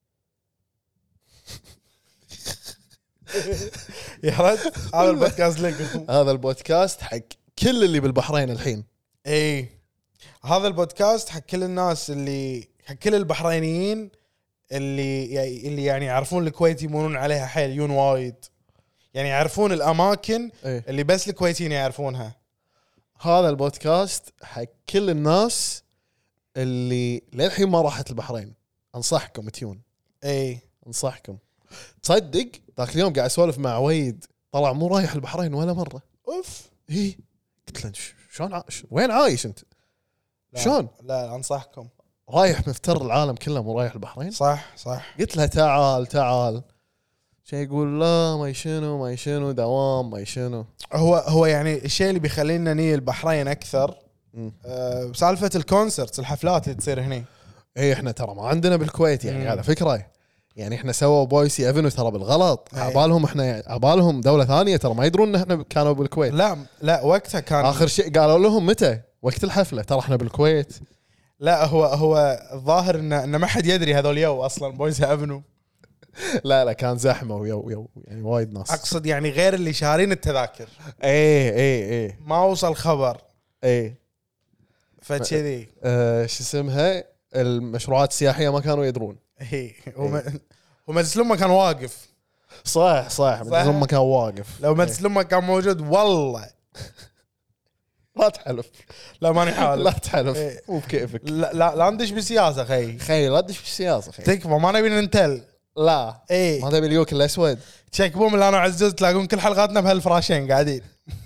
يا رد هذا البودكاست لكم. هذا البودكاست حق كل اللي بالبحرين الحين. اي هذا البودكاست حق كل الناس اللي حق كل البحرينيين اللي اللي يعني يعرفون الكويت يمونون عليها حيل يون وايد. يعني يعرفون الاماكن اي اللي بس الكويتيين يعرفونها. هذا البودكاست حق كل الناس اللي للحين ما راحت البحرين. انصحكم تيون. اي انصحكم. تصدق ذاك اليوم قاعد اسولف مع ويد طلع مو رايح البحرين ولا مره. اوف اي قلت له ش- شلون ع... ش... وين عايش انت؟ لا شلون لا انصحكم. رايح مفتر العالم كله مو رايح البحرين؟ صح صح. قلت له تعال تعال. شيء يقول لا ما يشنو ما يشنو دوام ما يشنو. هو هو يعني الشيء اللي بيخلينا نيجي البحرين اكثر مم. أه بسالفه الكونسرتس الحفلات اللي تصير هنا. اي احنا ترى ما عندنا بالكويت يعني مم. على فكره. يعني احنا سووا بويسي افنو ترى بالغلط. أي. عبالهم احنا عبالهم دوله ثانيه ترى ما يدرون ان احنا كانوا بالكويت. لا لا وقتها كان اخر شيء قالوا لهم متى وقت الحفله ترى احنا بالكويت. لا هو هو الظاهر ان ان ما حد يدري هذول يو اصلا بويز افنو. لا لا كان زحمه ويو ويو يعني وايد ناس. اقصد يعني غير اللي شارين التذاكر اي اي اي ما وصل خبر اي فكذي. آه شو اسمها المشروعات السياحيه ما كانوا يدرون. اي وم- ومجلس الامه كان واقف. صح صح صح. هم كان واقف. لو مجلس الامه كان موجود والله لا تحلف. لا ماني لا حالف. تحلف إيه. مو بكيفك. لا لا, لا ندش بالسياسه خي. خي لا تدش بالسياسه خي. تكفى ما نبي ننتل. لا اي ما تبي اليوك الاسود. تشيك بوم اللي انا وعزوز تلاقون كل حلقاتنا بهالفراشين قاعدين.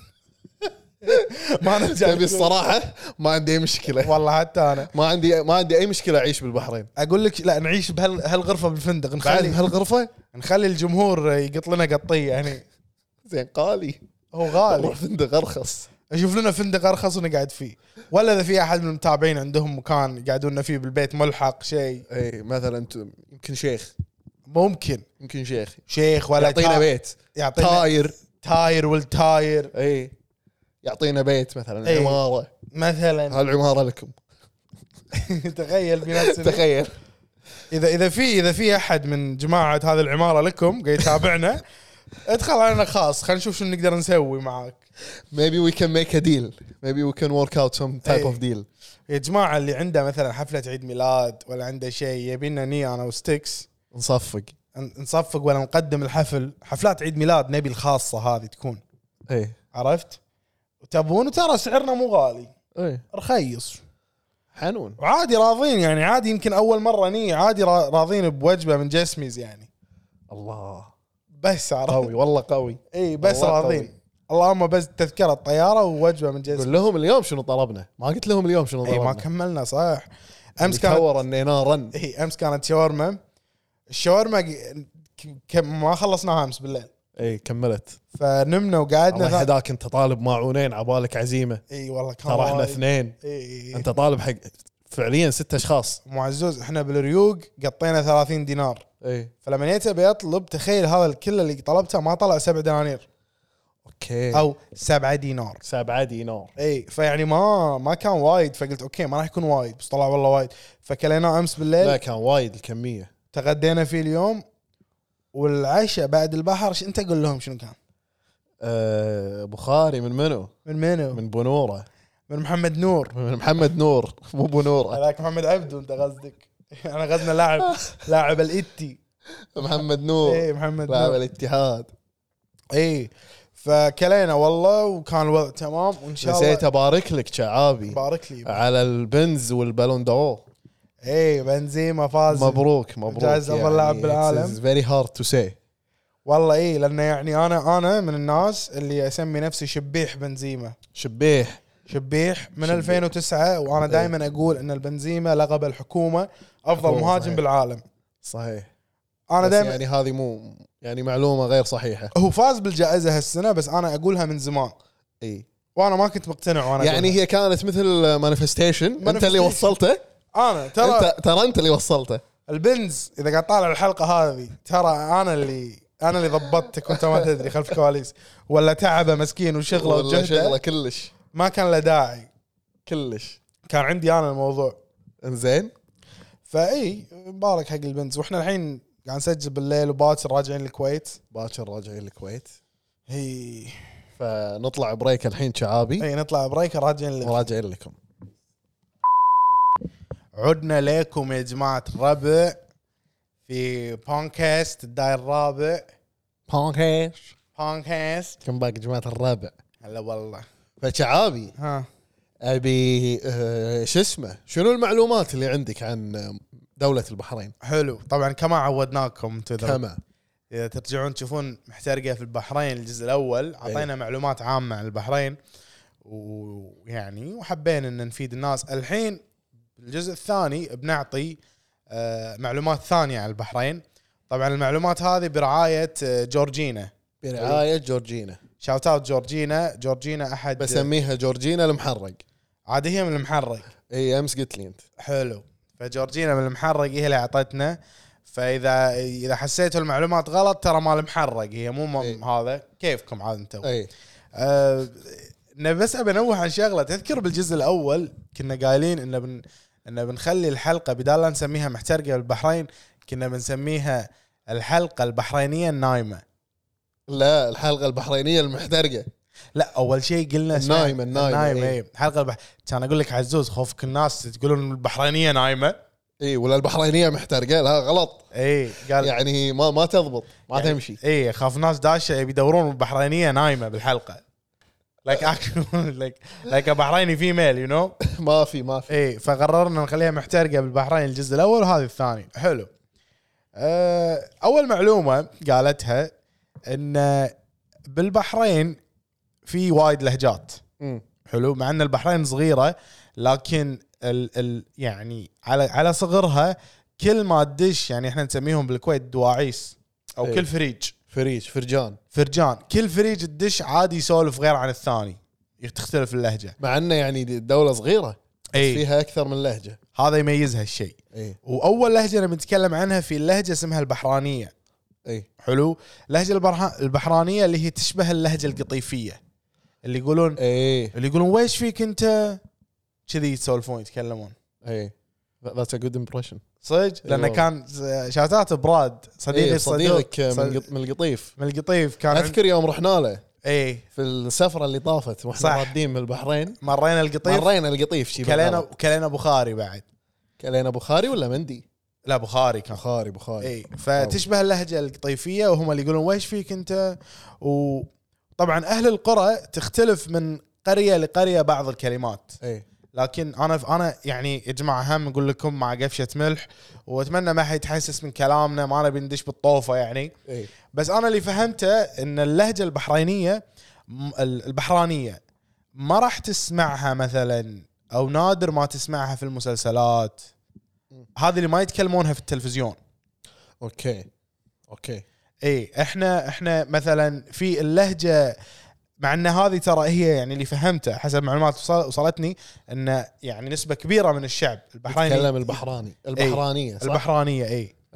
ما نرجع. تبي الصراحه ما عندي اي مشكله. والله حتى انا ما عندي ما عندي اي مشكله اعيش بالبحرين. اقول لك لا نعيش بهالغرفه بالفندق. بعد نخلي بهالغرفه نخلي الجمهور يقط لنا قطيه يعني. زين قالي هو غالي. روح فندق ارخص. نشوف لنا فندق ارخص ونقعد فيه. ولا اذا في احد من المتابعين عندهم مكان يقعدون فيه بالبيت ملحق شيء اي مثلا انت يمكن شيخ ممكن يمكن شيخ شيخ ولا يعطينا تا- بيت يعطينا تاير. تاير والتاير اي يعطينا بيت مثلا إي. عماره. مثلا. هالعماره لكم. تخيل بنفس تخيل اذا اذا في اذا في احد من جماعه هذه العماره لكم قاعد يتابعنا ادخل علينا خاص خلينا نشوف شو نقدر نسوي معاك. maybe we can make a deal maybe we can work out some type إي. of deal. يا جماعه اللي عنده مثلا حفله عيد ميلاد ولا عنده شيء يبينا ني انا وستيكس نصفق. ن- نصفق ولا نقدم الحفل. حفلات عيد ميلاد نبي الخاصه هذه تكون اي عرفت. وتبون وترى سعرنا مو غالي اي رخيص حنون. وعادي راضين يعني. عادي يمكن اول مره ني عادي را- راضين بوجبه من جسميز يعني. الله بس عرفت. قوي والله قوي. اي بس والله راضين قوي. اللهم بس تذكره الطياره ووجبه من جسميز. قول لهم اليوم شنو طلبنا. ما قلت لهم اليوم شنو اي طلبنا. ما كملنا صح. امس كانت تصور اني نارا. اي امس كانت شاورما. الشاورما ك- ك- ما خلصناها امس بالليل اي كملت. فنمنا وقعدنا. الله ثا- يهداك انت طالب ماعونين عبالك عزيمه. اي والله كان ترى احنا وايد. اثنين. اي اي انت طالب حق فعليا ست اشخاص. معزوز احنا بالريوق قطينا ثلاثين دينار اي فلما جيت ابي اطلب تخيل هذا الكل اللي طلبته ما طلع سبع دنانير اوكي او سبعة دينار. سبعة دينار اي فيعني ما ما كان وايد، فقلت اوكي ما راح يكون وايد، بس طلع والله وايد. فكلينا امس بالليل، لا كان وايد الكميه. تغدينا فيه اليوم، والعشاء بعد البحر. ش انت قول لهم شنو كان؟ أه بخاري. من منو؟ من منو؟ من بنوره. من محمد نور. من محمد نور مو بنوره. هذاك محمد عبدو انت قصدك. انا غزنا لاعب لاعب الاتي محمد نور اي محمد لاعب نور الاتحاد. اي فكلينا والله وكان الوضع تمام، وان شاء الله نسيت ابارك لك شعابي بارك لي على البنز والبالون دور. اي بنزيما فاز. مبروك مبروك جائزة أفضل لاعب بالعالم. It's very hard to say. والله اي لانه يعني انا انا من الناس اللي اسمي نفسي شبيح بنزيما. شبيح شبيح من شبيح. ألفين وتسعة، وانا دائما اقول ان البنزيما لقب الحكومه افضل حكومة مهاجم صحيح. بالعالم. صحيح. انا بس دائما يعني هذه مو يعني معلومه غير صحيحه. هو فاز بالجائزه هالسنه، بس انا اقولها من زمان اي وانا ما كنت مقتنع. وانا يعني أقولها. هي كانت مثل مانيفستيشن، انت اللي وصلته. انا ترى انت ترى انت اللي وصلته. البنز اذا قاعد طالع الحلقه هذه ترى انا اللي انا اللي ضبطتك وانت ما تدري خلف الكواليس، ولا تعبه مسكين وشغله والله شغله وجهده كلش ما كان له داعي، كلش. كان عندي انا الموضوع. انزين فاي مبارك حق البنز. واحنا الحين قاعد نسجل بالليل وباكر راجعين الكويت. باكر راجعين الكويت، هي فنطلع بريك الحين شعابي اي نطلع بريك راجعين الكويت. وراجعين لكم. عدنا لكم يا جماعه الربع في بودكاست الداير الرابع. بونكيش بودكاست كم باقي جماعه الرابع. هلا والله. فشعابي ها ابي أه شو اسمه شنو المعلومات اللي عندك عن دوله البحرين؟ حلو. طبعا كما عودناكم تدرون كما إذا ترجعون تشوفون محترقة في البحرين الجزء الأول عطينا معلومات عامة عن البحرين، ويعني وحبينا أن نفيد الناس. الحين الجزء الثاني بنعطي آه معلومات ثانية عن البحرين. طبعا المعلومات هذه برعاية آه جورجينا، برعايه جورجينا. شاوت اوت جورجينا. جورجينا أحد بسميها جورجينا المحرق. عاد هي من المحرق. اي امس قلت لي انت. حلو. فجورجينا من المحرق هي اللي أعطتنا. فاذا اذا حسيتوا المعلومات غلط ترى مال محرق، هي مو م... أي. هذا كيفكم عاد انتم. اي أه... بس ابي انوه عن شغله. تذكر بالجزء الاول كنا قايلين ان بن... ان بنخلي الحلقه بدال لا نسميها محترقه بالبحرين كنا بنسميها الحلقه البحرينيه النايمه. لا الحلقه البحرينيه المحترقه. لا اول شيء قلنا النايمة- النايمة، النايمه إيه. اي حلقه البح... كان اقول لك عزوز خوفك الناس تقولون البحرينيه نايمه. اي ولا البحرينيه محترقه، لا غلط. اي قال يعني ما ما تضبط ما يعني تمشي. اي خاف ناس داشه بيدورون البحرينيه نايمه بالحلقه. لايك لايك لايك بحريني فيميل يو نو. ما في ما في اي فقررنا نخليها محترقه بالبحرين الجزء الاول وهذا الثاني. حلو. أه اول معلومه قالتها ان بالبحرين في وايد لهجات. مم. حلو. مع ان البحرين صغيره لكن ال ال يعني على على صغرها كل ما تدش يعني احنا نسميهم بالكويت دواعيس او إيه. كل فريج فريج فرجان. فرجان. كل فريج تدش عادي يسولف غير عن الثاني، تختلف اللهجه. مع انه يعني الدوله صغيره بس اي فيها اكثر من لهجه. هذا يميزها الشيء. اي واول لهجه انا بنتكلم عنها في اللهجه اسمها البحرانيه. اي حلو. اللهجه البرها- البحرانيه اللي هي تشبه اللهجه القطيفيه، اللي يقولون اي اللي يقولون ويش فيك انت كذي يتسولفون يتكلمون اي that's a good impression. صدق. لانه والله. كان شاتات براد صديقي إيه الصدوق صديقك من صد- القط- من القطيف. من القطيف كان عند- اذكر يوم رحنا له ايه في السفره اللي طافت واحنا صح. رادين من البحرين. مرينا القطيف مرينا القطيف شي كلينا بالغلط. كلينا بخاري بعد. كلينا بخاري ولا مندي؟ لا بخاري كان. بخاري بخاري. اي فتشبه اللهجه القطيفيه وهم اللي يقولون ويش فيك انت. وطبعا اهل القرى تختلف من قريه لقريه بعض الكلمات، اي لكن انا انا يعني يا جماعه هم نقول لكم مع قفشه ملح، واتمنى ما حد يتحسس من كلامنا، ما نبي ندش بالطوفه يعني. اي بس انا اللي فهمته ان اللهجه البحرينيه م- البحرانيه ما راح تسمعها مثلا او نادر ما تسمعها في المسلسلات هذه اللي ما يتكلمونها في التلفزيون. اوكي اوكي اي احنا احنا مثلا في اللهجه، مع ان هذه ترى هي يعني اللي فهمته حسب معلومات وصل- وصلتني ان يعني نسبه كبيره من الشعب البحريني يتكلم البحراني البحرانيه صح؟ البحرانيه اي اي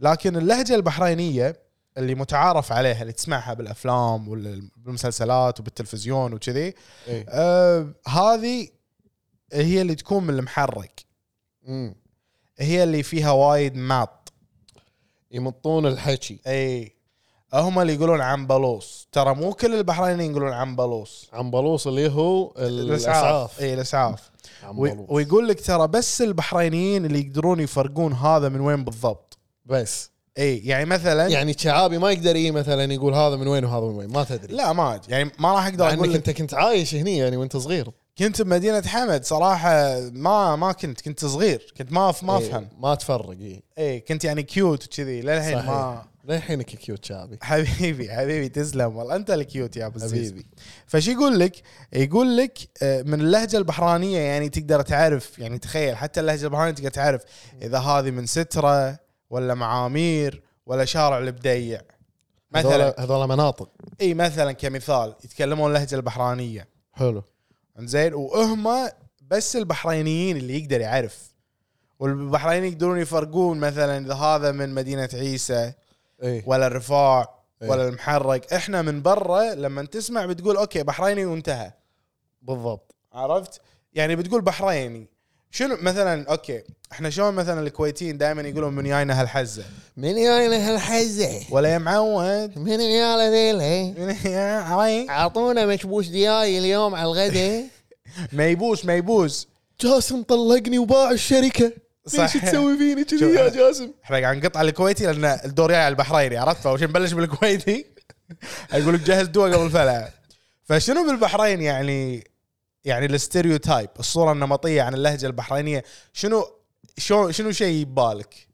لكن اللهجه البحرينيه اللي متعارف عليها اللي تسمعها بالافلام والمسلسلات وبالتلفزيون وكذي إيه. آه هذه هي اللي تكون من المحرك. امم هي اللي فيها وايد ماط يمطون الحكي. اي هم اللي يقولون عنبلوس. ترى مو كل البحرينيين يقولون عنبلوس. عنبلوس اللي هو الاسعاف. اي الاسعاف. ويقول لك ترى بس البحرينيين اللي يقدرون يفرقون هذا من وين بالضبط. بس اي يعني مثلا يعني شعابي ما يقدر ايه مثلا يقول هذا من وين وهذا من وين ما تدري. لا ما يعني ما راح اقدر اقول لك انت كنت عايش هني يعني وانت صغير. كنت بمدينة حمد صراحة ما ما كنت كنت صغير كنت ما ما افهم إيه ما تفرق. اي اي كنت يعني كيوت وكذي للحين ما للحينك كيوت شعبي. حبيبي حبيبي تسلم والله انت الكيوت يا ابو حبيبي. فش يقول لك يقول لك من اللهجة البحرانية يعني تقدر تعرف يعني تخيل حتى اللهجة البحرانية تقدر تعرف اذا هذه من سترة ولا معامير ولا شارع البديع مثلا. هذول مناطق. اي مثلا كمثال يتكلمون اللهجة البحرانية. حلو زين وهم بس البحرينيين اللي يقدر يعرف. والبحرينيين يقدرون يفرقون مثلا اذا هذا من مدينة عيسى إيه؟ ولا الرفاع إيه؟ ولا المحرق. احنا من برا لما تسمع بتقول اوكي بحريني وانتهى. بالضبط. عرفت يعني بتقول بحريني شنو مثلا. اوكي احنا شلون مثلا الكويتيين دائما يقولون من جاينا هالحزه من جاينا هالحزه ولا يا معود من عيال ذيله من يا عوي اعطونا مكبوس دياي اليوم على الغداء. ميبوس ميبوس جاسم طلقني وباع الشركه. ليش تسوي فيني كذي يا جاسم؟ احنا قاعد نقطع الكويتي لان الدور جاي على البحريني عرفت. فاول نبلش بالكويتي يقول لك جهز دواء قبل فلع. فشنو بالبحرين يعني يعني الستيريوتايب الصوره النمطيه عن اللهجه البحرينيه شنو شو شنو شيء ببالك؟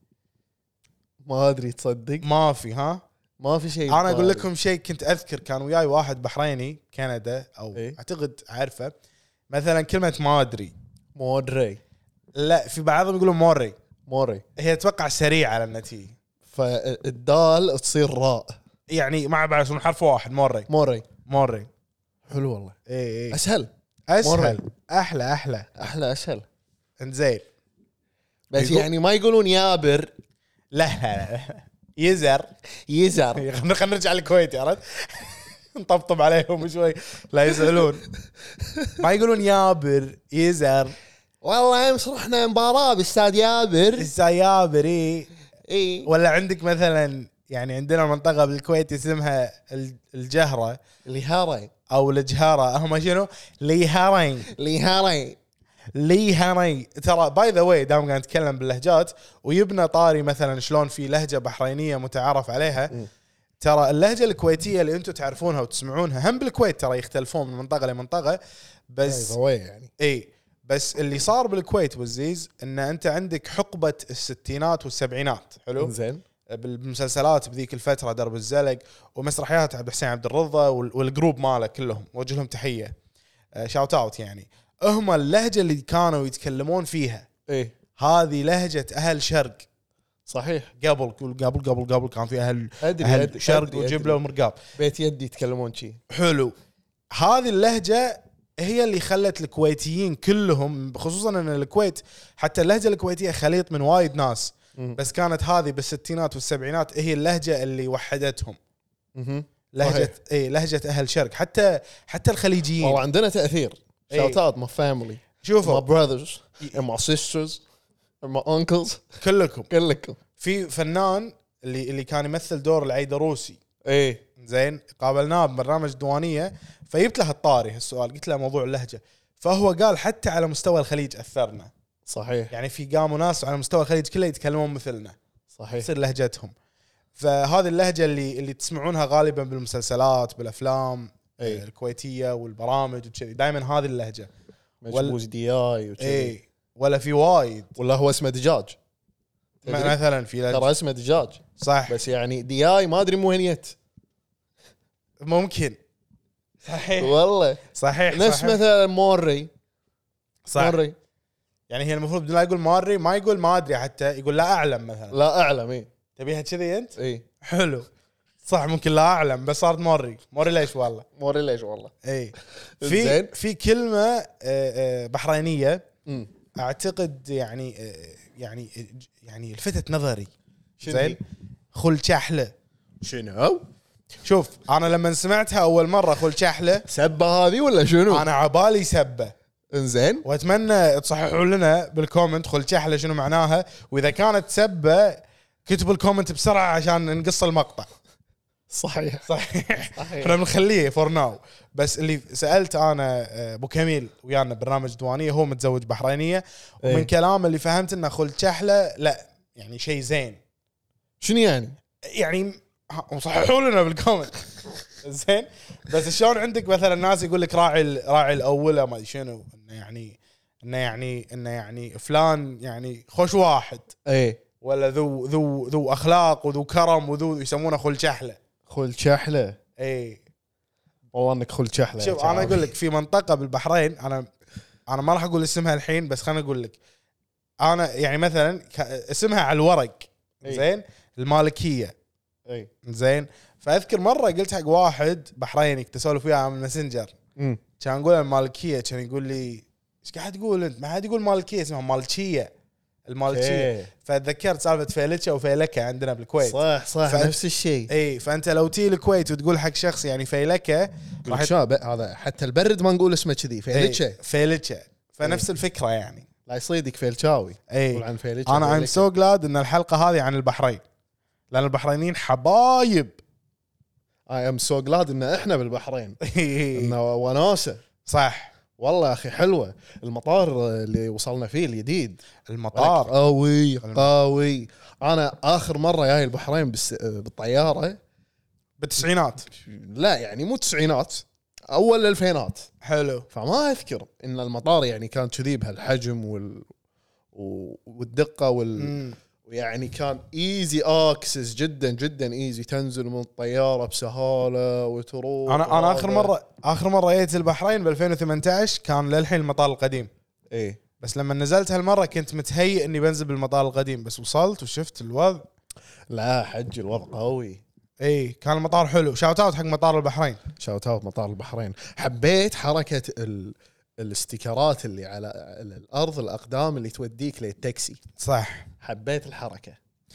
ما ادري تصدق ما في ها ما في شيء. انا اقول لكم شيء كنت اذكر كان وياي واحد بحريني كندا او إيه؟ اعتقد عارفه مثلا كلمه ما ادري ما ادري لا في بعضهم يقولون موري موري هي اتوقع سريعه على النتيجه فالدال تصير راء يعني مع بعض من حرف واحد موري موري موري. حلو والله. اي اي اسهل اسهل موري. احلى احلى احلى اسهل. انزين بس يقول... يعني ما يقولون يابر. لا لا لا يزر يزر. خلينا نرجع للكويت عرفت نطبطب عليهم شوي لا يزعلون. ما يقولون يابر يزر. والله امس رحنا مباراه باستاد يابر. استاد يابر اي اي. ولا عندك مثلا يعني عندنا منطقه بالكويت اسمها الجهره الهاري او الجهاره. هم شنو ليهارين ليهاري ليهاري. ترى باي ذا واي دام قاعد نتكلم باللهجات ويبنى طاري مثلا شلون في لهجه بحرينيه متعارف عليها. م. ترى اللهجه الكويتيه اللي انتم تعرفونها وتسمعونها هم بالكويت ترى يختلفون من منطقه لمنطقه بس يعني اي بس اللي صار بالكويت والزيز ان انت عندك حقبه الستينات والسبعينات. حلو زين. بالمسلسلات بذيك الفتره درب الزلق ومسرحيات عبد الحسين عبد الرضا والجروب ماله كلهم وجه لهم تحيه شاوت اوت. يعني هم اللهجه اللي كانوا يتكلمون فيها ايه هذه لهجه اهل شرق. صحيح. قبل قبل قبل قبل كان في اهل أدري اهل أدري شرق وجبله ومرقاب بيت يدي يتكلمون شيء حلو. هذه اللهجه هي اللي خلت الكويتيين كلهم خصوصا ان الكويت حتى اللهجه الكويتيه خليط من وايد ناس م- بس كانت هذه بالستينات والسبعينات هي اللهجه اللي وحدتهم. م- لهجه اي لهجه اهل شرق. حتى حتى الخليجيين والله عندنا تاثير. إيه. shout out my family شوفوا my brothers and my sisters and my uncles كلكم كلكم. في فنان اللي اللي كان يمثل دور العيدروسي ايه زين قابلناه ببرنامج دوانيه فجبت له الطاري هالسؤال قلت له موضوع اللهجه فهو قال حتى على مستوى الخليج اثرنا. صحيح. يعني في قاموا ناس على مستوى الخليج كله يتكلمون مثلنا. صحيح. تصير لهجتهم. فهذه اللهجه اللي اللي تسمعونها غالبا بالمسلسلات بالافلام أيه. الكويتيه والبرامج وكذي دائما هذه اللهجه مجبوز وال... دياي وكذي. ايه ولا في وايد ولا هو اسمه دجاج مثلا في لهجة. ترى اسمه دجاج صح بس يعني دياي ما ادري مو هنيت ممكن. صحيح والله صحيح نفس صحيح. مثلا موري صح. موري يعني هي المفروض بدون لا يقول ماري ما يقول ما ادري حتى يقول لا اعلم مثلا. لا اعلم. ايه تبيها كذي انت ايه حلو صح ممكن لا اعلم بس صارت موري موري ليش والله موري ليش والله. اي في في كلمه بحرينيه م. اعتقد يعني يعني يعني لفتت نظري زين خل شحله. شنو شوف انا لما سمعتها اول مره خل شحله سبه هذه ولا شنو؟ انا عبالي سبه. انزين واتمنى تصححوا لنا بالكومنت خل شحله شنو معناها، واذا كانت سبه كتبوا الكومنت بسرعه عشان نقص المقطع. صحيح صحيح صحيح. احنا بنخليه فور ناو. بس اللي سالت انا ابو كميل ويانا برنامج دوانيه هو متزوج بحرينيه، ومن ايه. كلامه اللي فهمت انه خل شحله لا يعني شيء زين شنو يعني؟ يعني. وصححوا لنا بالكومنت. زين بس شلون عندك مثلا ناس يقول لك راعي راعي الاولى ما ادري شنو، انه يعني انه يعني انه يعني فلان يعني خوش واحد ايه ولا ذو ذو ذو اخلاق وذو كرم وذو يسمونه خل شحله. خل شحله. اي والله انك خل شحله. شوف انا اقول لك في منطقه بالبحرين، انا انا ما راح اقول اسمها الحين بس خليني اقول لك. انا يعني مثلا اسمها على الورق زين المالكيه. اي زين فاذكر مره قلت حق واحد بحريني كنت اسولف وياه على الماسنجر، امم كان نقول المالكيه، كان يقول لي ايش قاعد تقول انت؟ ما حد يقول مالكيه اسمها مالكيه المالكيه. فتذكرت سالفه فيلتشا وفيلكه عندنا بالكويت. صح صح ف... نفس الشيء. اي فانت لو تي الكويت وتقول حق شخص يعني فيلكه راح شاب هذا حتى البرد ما نقول اسمه كذي فيلتشا. فيلتشا فنفس الفكره يعني. لا يصيدك فيلتشاوي. اي قول عن فيلتشا. انا ام سو جلاد ان الحلقه هذه عن البحرين، لان البحرينيين حبايب. اي ام سو جلاد ان احنا بالبحرين انه وناسه. صح والله يا اخي حلوه المطار اللي وصلنا فيه الجديد. المطار قوي قوي. انا اخر مره جاي البحرين بس بالطياره بالتسعينات. لا يعني مو تسعينات اول الالفينات. حلو. فما اذكر ان المطار يعني كان كذي بهالحجم وال والدقه وال مم. ويعني كان ايزي اكسس جدا جدا ايزي، تنزل من الطياره بسهاله وتروح. انا انا اخر مره اخر مره جيت البحرين ب ألفين وثمانية عشر كان للحين المطار القديم. ايه بس لما نزلت هالمره كنت متهيئ اني بنزل بالمطار القديم، بس وصلت وشفت الوضع. لا حج الوضع قوي. اي كان المطار حلو. شاوت اوت حق مطار البحرين. شاوت اوت مطار البحرين. حبيت حركه ال... الاستيكرات اللي على الارض الاقدام اللي توديك للتاكسي. صح حبيت الحركه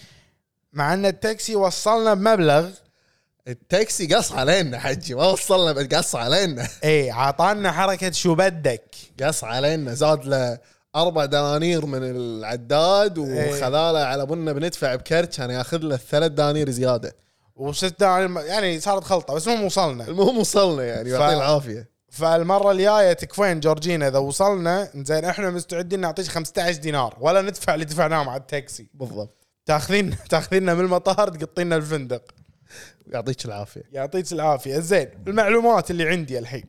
مع ان التاكسي وصلنا بمبلغ. التاكسي قص علينا حجي ما وصلنا بقص علينا. اي عطانا حركه شو بدك. قص علينا زاد له اربع دنانير من العداد وخذاله على بنا بندفع بكرت كان ياخذ له ثلاث دنانير زياده وست يعني صارت خلطه بس مو وصلنا. المهم وصلنا يعني يعطيه ف... العافيه. فالمره الجايه تكفين جورجينا اذا وصلنا زين احنا مستعدين نعطيك خمسة عشر دينار ولا ندفع اللي دفعناه مع التاكسي. بالضبط. تاخذين تاخذيننا من المطار تقطينا الفندق. يعطيك العافيه. يعطيك العافيه. زين المعلومات اللي عندي الحين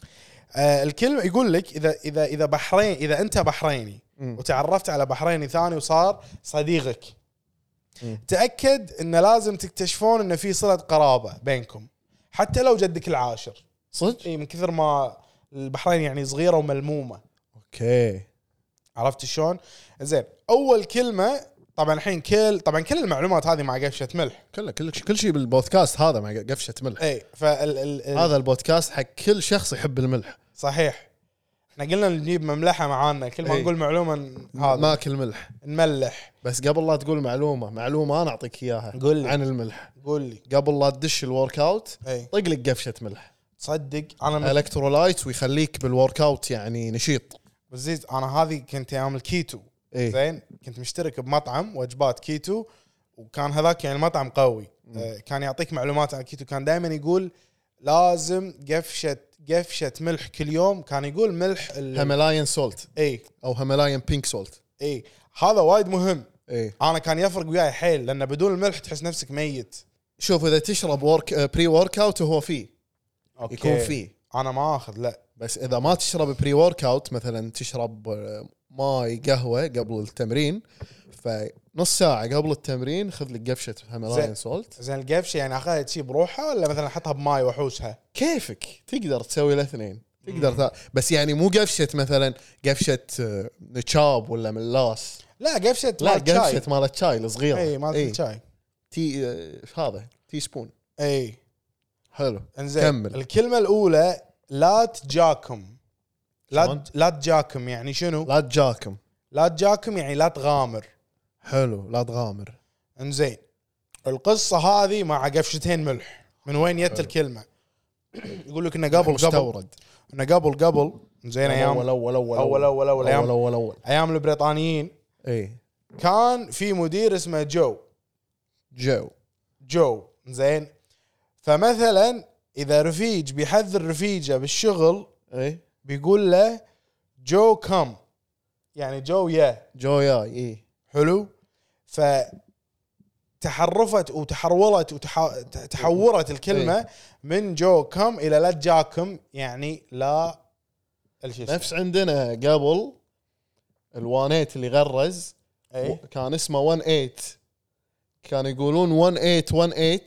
آه الكلمه يقول لك اذا اذا اذا بحرين اذا انت بحريني م. وتعرفت على بحريني ثاني وصار صديقك م. تاكد ان لازم تكتشفون ان في صله قرابه بينكم حتى لو جدك العاشر. صدق؟ اي من كثر ما البحرين يعني صغيره وملمومه. اوكي عرفت شلون؟ زين اول كلمه طبعا الحين كل طبعا كل المعلومات هذه مع قفشه ملح. كله كل كل شيء بالبودكاست هذا مع قفشه ملح. اي فال ال ال هذا البودكاست حق كل شخص يحب الملح. صحيح. احنا قلنا نجيب مملحه معانا كل ما ايه. نقول معلومه هذا ما اكل ملح نملح. بس قبل لا تقول معلومه معلومه انا اعطيك اياها قول لي. عن الملح. قول لي قبل لا تدش الورك اوت طق لك قفشه ملح. تصدق انا من... الكترولايت ويخليك بالورك اوت يعني نشيط. بزيز انا هذه كنت ايام الكيتو. ايه؟ زين كنت مشترك بمطعم وجبات كيتو وكان هذاك يعني المطعم قوي. آه كان يعطيك معلومات عن الكيتو. كان دائما يقول لازم قفشه قفشه ملح كل يوم. كان يقول ملح ال... هيمالايان سولت اي او هيمالايان بينك سولت. اي هذا وايد مهم. اي انا كان يفرق وياي حيل لان بدون الملح تحس نفسك ميت. شوف اذا تشرب ورك بري ورك اوت وهو فيه أوكي. يكون فيه. انا ما اخذ لا بس اذا ما تشرب بري ورك اوت مثلا تشرب ماي قهوه قبل التمرين فنص ساعه قبل التمرين خذ لك قفشه هيمالايان سولت. زين القفشه يعني اخذها شيء بروحها ولا مثلا احطها بماي واحوشها؟ كيفك تقدر تسوي الاثنين تقدر تا... بس يعني مو قفشه مثلا قفشه نشاب ولا ملاس. لا قفشه لا قفشه مالت شاي الصغيره. اي مالت اي. الشاي تي هذا تي سبون. اي حلو انزين كمل. الكلمه الاولى لا تجاكم. لا لا تجاكم يعني شنو؟ لا تجاكم. لا تجاكم يعني لا تغامر. حلو لا تغامر. انزين القصه هذه مع قفشتين ملح. من وين جت الكلمه؟ يقول لك انه قبل قبل مستورد. انه قبل قبل زين ايام اول اول اول اول اول اول ايام اول اول ايام البريطانيين اي كان في مدير اسمه جو جو جو زين. فمثلا اذا رفيج بيحذر رفيجه بالشغل اي بيقول له جو كم، يعني جو يا جو ياي اي حلو. فتحرفت وتحولت وتحورت الكلمه إيه. من جو كم الى لا جاكم، يعني لا الشيء نفس عندنا قبل الوانيت اللي غرز اي كان اسمه واحد ثمانية، كانوا يقولون واحد ثمانية واحد ثمانية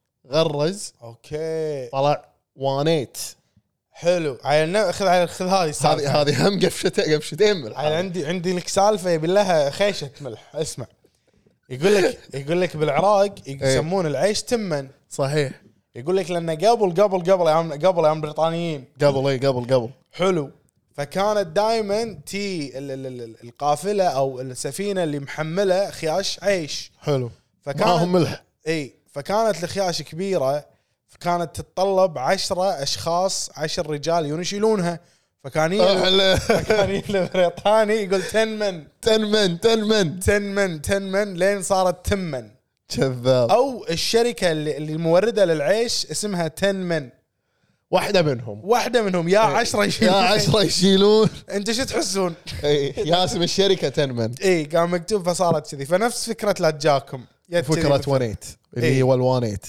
غرز اوكي طلع وانيت. حلو. عيل خذ عيل خذ هذه هذه السالفه. هذه هم قفشتين قفشتين من عيل عندي عندي لك سالفه يبي لها خيشه ملح. اسمع يقول لك يقول لك بالعراق يسمون العيش تمن. صحيح. يقول لك لانه قبل قبل قبل ايام قبل ايام البريطانيين قبل اي قبل قبل حلو. فكانت دائما تي ال- ال- ال- القافله او السفينه اللي محمله خياش عيش حلو فكانت معاهم ملح. اي فكانت الخياش كبيره، فكانت تتطلب عشرة اشخاص عشر رجال يجون يشيلونها. فكان ي- فكان ي- البريطاني يقول تنمن تنمن تنمن تنمن تنمن لين صارت تمن. كذاب. او الشركه اللي اللي المورده للعيش اسمها تنمن. واحده منهم واحده منهم يا عشرة يا يشيلون. عشرة يشيلون. انت شو تحسون؟ اي يا اسم الشركه تنمن. اي كان مكتوب فصارت كذي. فنفس فكره لا تجاكم جت كذي فكره بالفعل. وانيت اللي إيه. هو الوانيت.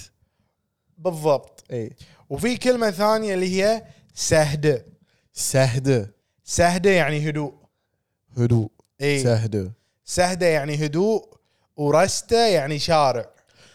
بالضبط. اي وفي كلمه ثانيه اللي هي سهده. سهده. سهده يعني هدوء. هدوء. اي سهده. سهده يعني هدوء. ورسته يعني شارع.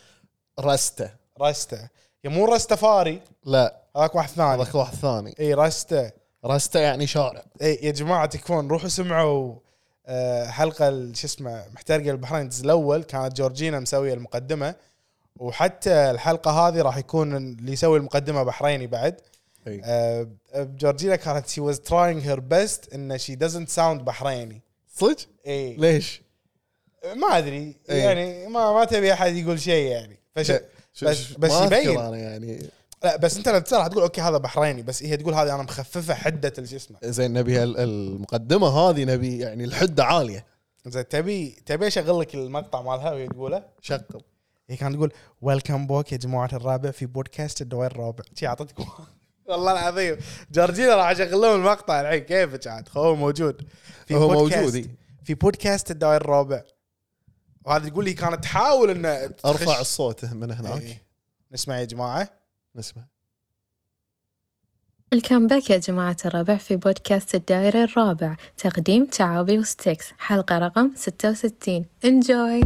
رسته. رسته يا مو رستفاري، لا هذاك واحد ثاني. هذاك واحد ثاني. اي رسته. رسته يعني شارع. اي يا جماعه تكفون روحوا سمعوا آه، حلقه ال- شو اسمه محترقه البحرين الجزء الاول، كانت جورجينا مسويه المقدمه. وحتى الحلقه هذه راح يكون اللي يسوي المقدمه بحريني بعد. اي آه، جورجينا كانت she was trying her best ان she doesn't sound بحريني. صدق؟ اي ليش؟ ما ادري إيه. يعني ما ما تبي احد يقول شيء يعني فش ش- بس ش- بس ما أذكر يبين. انا يعني. لا بس انت لما تسال تقول اوكي هذا بحريني، بس هي تقول هذه انا مخففه حده الجسم اسمه. زين نبي ال- المقدمه هذه نبي يعني الحده عاليه. زين تبي تبي اشغل لك المقطع مالها وهي تقوله. شغل. هي كانت تقول ويلكم بوك يا جماعه الرابع في بودكاست الدوائر الرابع. شي اعطتكم والله العظيم جورجينا راح اشغل لهم المقطع الحين. كيف عاد هو موجود في هو بودكاست- موجود إيه. في بودكاست الدوائر الرابع. وهذه تقول لي كانت تحاول ان ارفع الصوت من هناك. إيه. نسمع يا جماعه. نسمع. الكم باك يا جماعة الربع في بودكاست الدائرة الرابع، تقديم تعابي وستيكس، حلقة رقم ستة وستين. انجوي.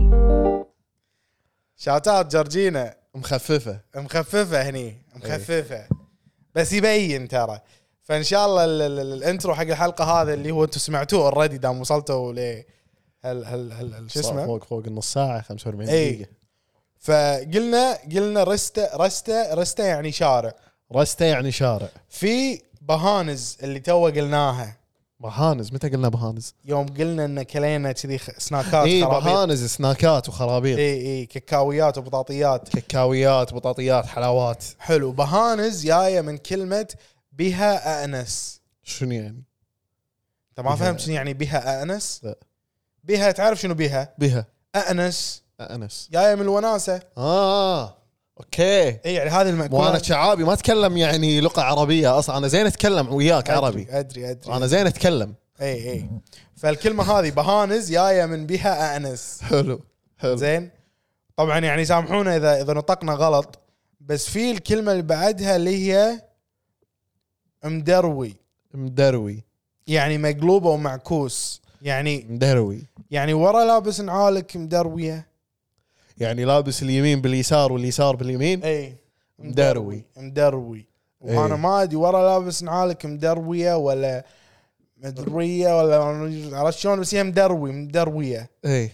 شاتات جورجينا مخففه. مخففه هني مخففه بس يبين ترى. فان شاء الله ال- ال- ال- الانترو حق الحلقه هذا اللي هو انتم سمعتوه اوريدي دام وصلتوا ل هل هل هل شو اسمه فوق فوق النص ساعه خمسة وأربعين إيه. دقيقه. فقلنا قلنا رسته رسته رسته يعني شارع. رسته يعني شارع. في بهانز اللي تو قلناها بهانز. متى قلنا بهانز؟ يوم قلنا ان كلينا كذي خ- سناكات اي خرابيط. بهانز سناكات وخرابيط. اي اي كاكاويات وبطاطيات. كاكاويات بطاطيات حلاوات. حلو. بهانز جايه من كلمه بها انس. شنو يعني؟ انت ما بها- فهمت شنو يعني بها انس؟ لا. بها تعرف شنو بها؟ بها انس انس. جايه من الوناسه. اه اوكي. اي يعني هذه مو انا المأكولات. شعابي ما اتكلم يعني لغه عربيه اصلا. انا زين اتكلم وياك عربي. ادري ادري, أدري. انا زين اتكلم. اي اي فالكلمه هذه بهانز جايه من بها انس. حلو حلو. زين طبعا يعني سامحونا اذا اذا نطقنا غلط، بس في الكلمه اللي بعدها اللي هي مدروي، مدروي. يعني مقلوبه ومعكوس. يعني مدروي يعني ورا لابس نعالك مدرويه. يعني لابس اليمين باليسار واليسار باليمين. اي مدروي. مدروي. وانا إيه. ما ادري ورا لابس نعالك مدرويه ولا مدرويه ولا عرفت شلون، بس هي مدروي مدرويه. اي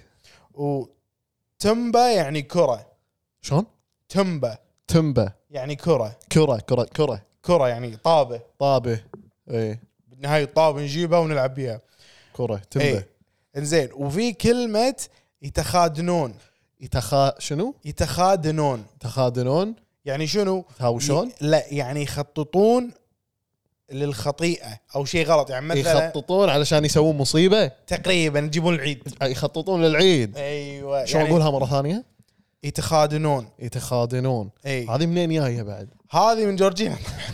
وتمبا يعني كره. شلون؟ تمبا تمبا يعني كره. كره كره كره. كره يعني طابه. طابه. اي بالنهايه طابه نجيبها ونلعب بيها. كره تمبا. ايه انزين. وفي كلمه يتخادنون. يتخا شنو يتخادنون. تخادنون يعني شنو؟ يتهاوشون ي... لا يعني يخططون للخطيئة أو شيء غلط. يعني مثلا يخططون علشان يسوون مصيبة تقريبا يجيبون العيد. يخططون للعيد. أيوة. شو يعني أقولها مرة ثانية؟ يتخادنون. يتخادنون. أي. هذه منين جاية بعد؟ هذه من جورجينا.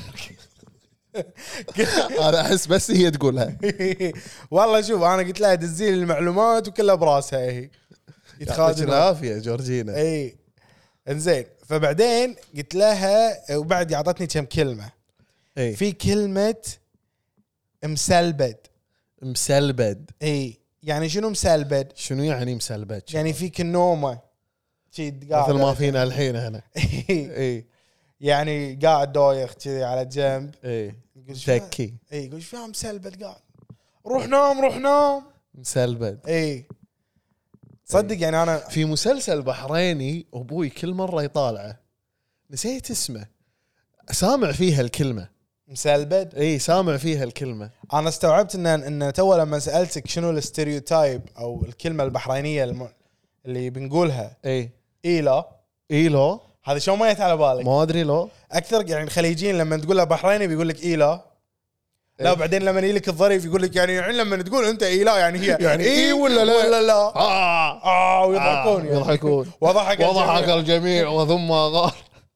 أنا أحس بس هي تقولها. والله شوف أنا قلت لها دزيل المعلومات وكلها براسها هي. يتخادنون. العافية جورجينا. أي. إنزين فبعدين قلت لها وبعد أعطتني كم كلمة. أي. في كلمة مسلبد. مسلبد. اي يعني شنو مسلبد؟ شنو يعني مسلبد؟ يعني فيك النومة مثل ما فينا الحين هنا. اي يعني قاعد دويخ كذي على جنب. اي تكي. اي يقول ايش فيها مسلبد قاعد روح نام روح نام مسلبد. اي صدق يعني انا في مسلسل بحريني ابوي كل مرة يطالعه نسيت اسمه سامع فيها الكلمة مسلبد. اي سامع فيها الكلمة. انا استوعبت ان ان تو لما سالتك شنو الاستيريوتايب او الكلمه البحرينيه الم... اللي بنقولها اي ايلا ايلو هذا شو ما جت على بالك. ما ادري لو اكثر يعني الخليجيين لما تقول له بحريني بيقول لك ايلا. لا وبعدين لما يجيلك الظريف يقول لك يعني, يعني لما تقول انت ايلا يعني هي يعني اي ولا لا ولا لا اه اه ويضحكون آه يضحكون. وضحك وضحك الجميع وثم غار.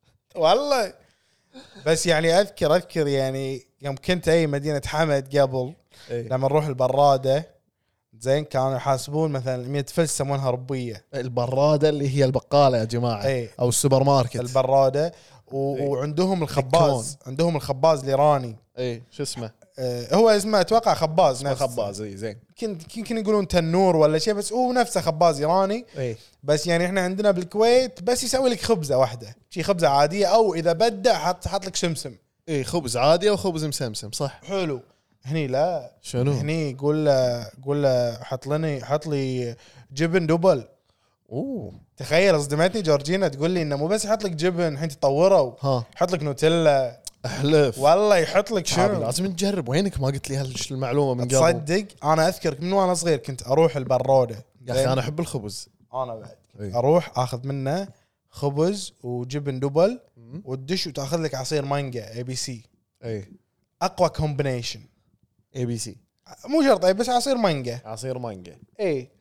والله بس يعني اذكر اذكر يعني يوم كنت اي مدينه حمد قبل إيه؟ لما نروح البراده زين كانوا يحاسبون مثلا مية فلس يسمونها ربيه. البرادة اللي هي البقالة يا جماعة. ايه او السوبر ماركت. البراده و... ايه؟ وعندهم الخباز تكون. عندهم الخباز الايراني. ايه شو اسمه؟ آه هو اسمه اتوقع خباز نفسه. خباز. اي زين. كنت يمكن يقولون تنور ولا شيء بس هو نفسه خباز ايراني. ايه بس يعني احنا عندنا بالكويت بس يسوي لك خبزه واحده شي خبزه عاديه او اذا بدع حط حط لك سمسم. ايه خبز عادي او خبز مسمسم صح. حلو. هني لا شنو هني قول له قول له حط لي حط لي جبن دبل. اوه تخيل اصدمتني جورجينا تقول لي انه مو بس يحط لك جبن الحين تطوره ها يحط لك نوتيلا. احلف والله يحط لك شنو شنو. لازم نجرب. وينك ما قلت لي هالمعلومه من قبل؟ تصدق انا اذكر من وانا صغير كنت اروح البروده يا اخي انا احب الخبز. انا بعد ايه؟ اروح اخذ منه خبز وجبن دبل وتدش وتاخذ لك عصير مانجا اي بي سي. اي اقوى كومبينيشن اي بي سي مو شرط بس عصير مانجا. عصير مانجا. اي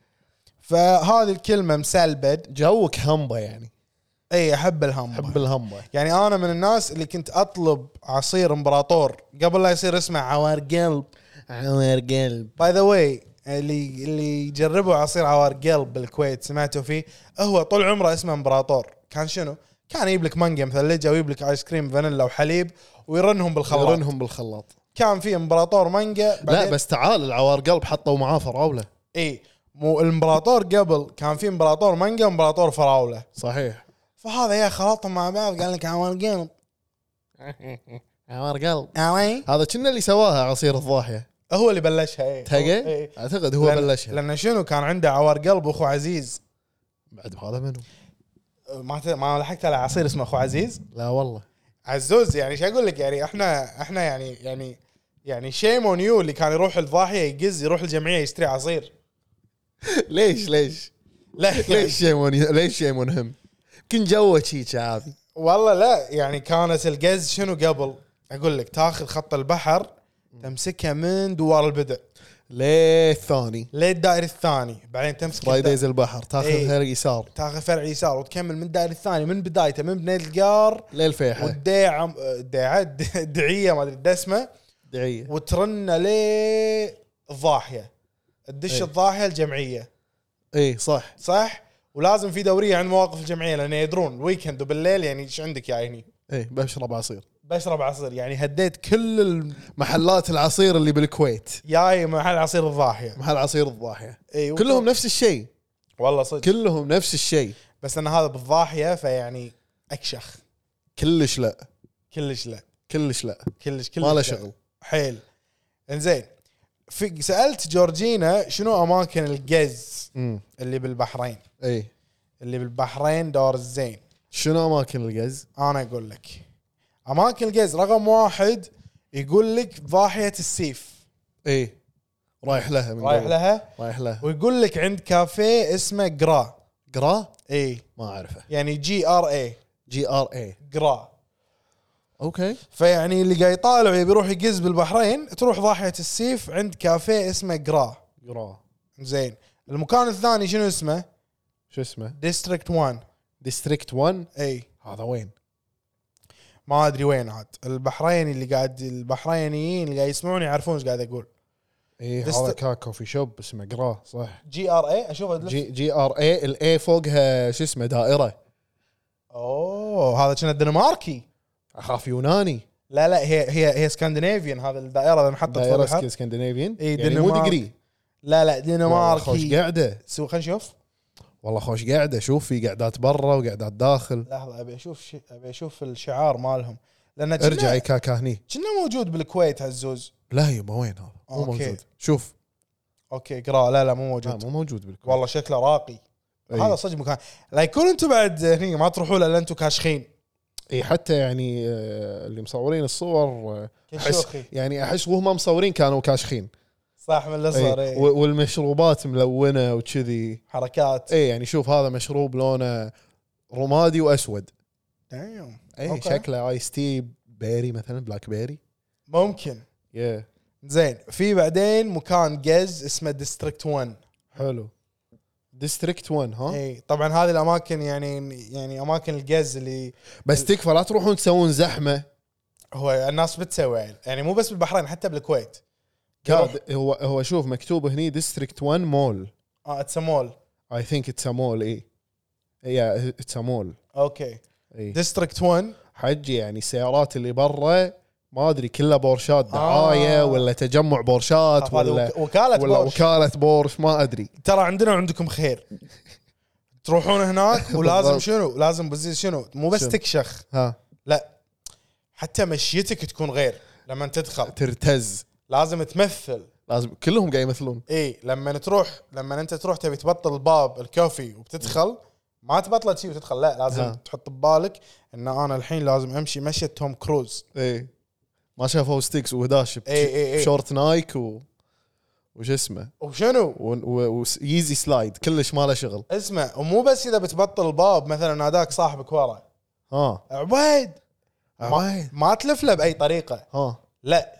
فهذه الكلمه مسلبد. جوك همبا يعني. اي احب الهمبا. احب الهمبا. يعني انا من الناس اللي كنت اطلب عصير امبراطور قبل لا يصير اسمه عوار قلب. عوار قلب باي ذا واي اللي اللي يجربوا عصير عوار قلب بالكويت سمعتوا فيه هو طول عمره اسمه امبراطور. كان شنو كان يجيب لك مانجا مثلجه ويجيب لك ايس كريم فانيلا وحليب ويرنهم بالخلاط. يرنهم بالخلاط. كان في امبراطور مانجا لا بس تعال العوار قلب حطوا معاه فراوله. اي مو الامبراطور قبل كان في امبراطور مانجا وامبراطور فراوله صحيح. فهذا يا خلطهم مع بعض قال لك عوار قلب. عوار قلب اوي هذا كنا اللي سواها عصير الضاحيه. هو اللي بلشها. ايه تلقى ايه. اعتقد هو لأن بلشها. لان شنو كان عنده عوار قلب واخو عزيز. بعد هذا منو؟ ما ت... ما لحقت على عصير اسمه اخو عزيز. لا والله عزوز يعني شو اقول لك يعني احنا احنا يعني يعني يعني شيم اون يو اللي كان يروح الضاحيه يقز يروح الجمعيه يشتري عصير. ليش ليش لا ليش شيء من ليش شيء مهم كن جوه شيء شعبي. والله لا يعني كانت القز شنو قبل اقول لك تاخذ خط البحر تمسكها من دوار البدع ليه الثاني ليه الدائري الثاني بعدين تمسك رايديز البحر تاخذ ايه. فرق يسار تاخذ فرع يسار وتكمل من الدائري الثاني من بدايته من بنية القار للفيحة والديعة الديعة الدعية ما ادري الدسمة دعية وترن ليه الضاحية تدش ايه. الضاحية الجمعية. اي صح صح ولازم في دورية عند مواقف الجمعية لأن يدرون الويكند وبالليل يعني ايش عندك يا عيني اي بشرب عصير بشرب عصير يعني هديت كل الم... محلات العصير اللي بالكويت جاي محل عصير الضاحية محل عصير الضاحية اي كلهم نفس الشيء والله صدق كلهم نفس الشيء بس أن هذا بالضاحية فيعني أكشخ كلش لا كلش لا كلش لا كلش كلش ما له لا. شغل حيل انزين في سألت جورجينا شنو أماكن القز امم اللي بالبحرين اي اللي بالبحرين دار الزين. شنو اماكن القز؟ أنا أقول لك أماكن القز رقم واحد يقول لك ضاحية السيف. اي رايح لها من رايح قبل. لها رايح لها ويقول لك عند كافيه اسمه قرا قرا اي ما اعرفه. يعني جي ار اي جي ار اي قرا. اوكي. فيعني اللي قاعد يطالع يبي يروح يقز بالبحرين تروح ضاحية السيف عند كافيه اسمه قرا. قرا زين. المكان الثاني شنو اسمه؟ شو اسمه؟ ديستريكت واحد. ديستريكت واحد. اي هذا وين؟ ما ادري وين عاد. البحريني اللي قاعد البحرينيين اللي قاعد يسمعون يعرفون ايش قاعد اقول. ايه دست- هذا كا كوفي شوب اسمه قرا صح. جي ار اي اشوفه جي جي ار اي الاي فوقها شو اسمه دائره. اوه هذا كان الدنماركي. اخاف يوناني. لا لا هي هي هي سكندنافيان. هذا الدائره اللي محطت دائره فوقها. سكندنافيان إيه، يعني مو دنمارك. دقري. لا لا والله خوش دنماركي. قاعده. سو خلينا نشوف. والله خوش قاعده. شوف في قعدات برا وقعدات داخل. لحظه ابي اشوف شي... ابي اشوف الشعار مالهم لان ارجع كاكا هني. كنا موجود بالكويت هالزوز. لا يبا وين هذا؟ مو أوكي. موجود. شوف اوكي قرا. لا لا مو لا موجود. مو موجود بالكويت. والله شكله راقي. أي. هذا صدق مكان لا يكون انتم بعد هني ما تروحوا له الا انتم كاشخين. اي حتى يعني آه، اللي مصورين الصور آه، احس كشوخي يعني احس وهم مصورين كانوا كاشخين. صح من الاصغر. أي. ايه. و- والمشروبات ملونه وكذي. حركات. اي يعني شوف هذا مشروب لونه رمادي واسود. دايم. اي أوكي. شكله ايس تي بيري مثلا بلاك بيري. ممكن. يا زين. في بعدين مكان جز اسمه ديستريكت واحد. حلو. ديستريكت واحد ها. اي طبعا هذه الاماكن يعني يعني اماكن الجز اللي بس تكفى لا تروحون تسوون زحمه. هو الناس بتسوي يعني مو بس بالبحرين حتى بالكويت. كاد هو هو شوف مكتوب هني ديستريكت واحد مول. اه اتس مول. اي ثينك اتس ا مول. اي يا اتس ا مول. اوكي. اي ديستريكت واحد. حجي يعني السيارات اللي برا ما ادري كلها بورشات دعايه آه. ولا تجمع بورشات ولا ولا وكاله ولا بورش. وكاله بورش ما ادري. ترى عندنا وعندكم خير. تروحون هناك ولازم بالضبط. شنو لازم بزيد شنو مو بس شنو؟ تكشخ ها لا حتى مشيتك تكون غير لما تدخل. ترتز. لازم تمثل. لازم كلهم قاعد يمثلون. اي لما تروح لما انت تروح تبي تبطل الباب الكوفي وبتدخل ما تبطله شيء وتدخل لا لازم ها. تحط ببالك ان انا الحين لازم امشي مشية توم كروز. اي ما شافوا ستيكس وداش إي إي إي. بشورت نايك و وش اسمه وشنو ويزي سلايد كلش ما له شغل. اسمه. ومو بس اذا بتبطل الباب مثلا ناداك صاحبك ورا ها عبيد ما, عبيد. ما تلف له باي طريقه ها لا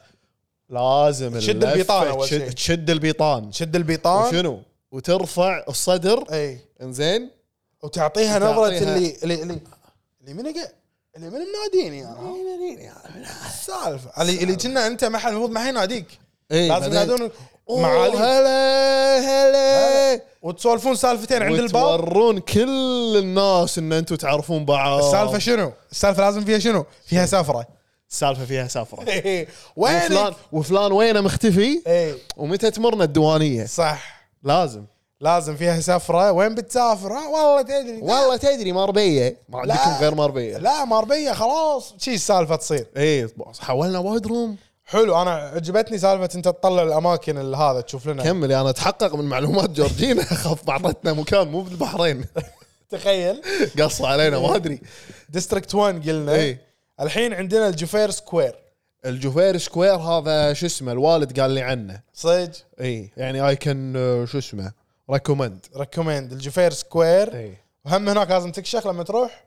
لازم تشد اللفة، البيطان أول تشد, شيء. تشد البيطان تشد البيطان. وشنو وترفع الصدر. اي انزين وتعطيها نظره وتعطيها- اللي اللي اللي اللي من قا- اللي من مناديني انا السالفه اللي اللي كنا انت ما حد المفروض ما يناديك. اي لازم ينادون أوه، معالي هلا هلا وتسولفون سالفتين عند الباب. وتورون كل الناس ان انتم تعرفون بعض. السالفه شنو؟ السالفه لازم فيها شنو؟ فيها سفره. السالفه فيها سفره. وين وفلان وفلان وينه مختفي اي ومتى تمرنا الديوانيه. صح لازم لازم فيها سفره. وين بتسافر؟ ها والله تدري والله تدري ماربيه ما لا. عندكم غير ماربيه. لا ماربيه خلاص شي السالفه تصير. اي حولنا وايد روم. حلو. انا عجبتني سالفه انت تطلع الاماكن اللي هذا تشوف لنا. كمل انا اتحقق من معلومات جورجينا. خاف بعطتنا مكان مو بالبحرين. تخيل. قص علينا ما ادري. ديستريكت واحد قلنا. اي الحين عندنا الجفير سكوير. الجوفير سكوير هذا شو اسمه الوالد قال لي عنه. صدق اي يعني اي كان شو اسمه ريكومند. ريكومند الجفير سكوير. اي وهم هناك لازم تكشخ لما تروح.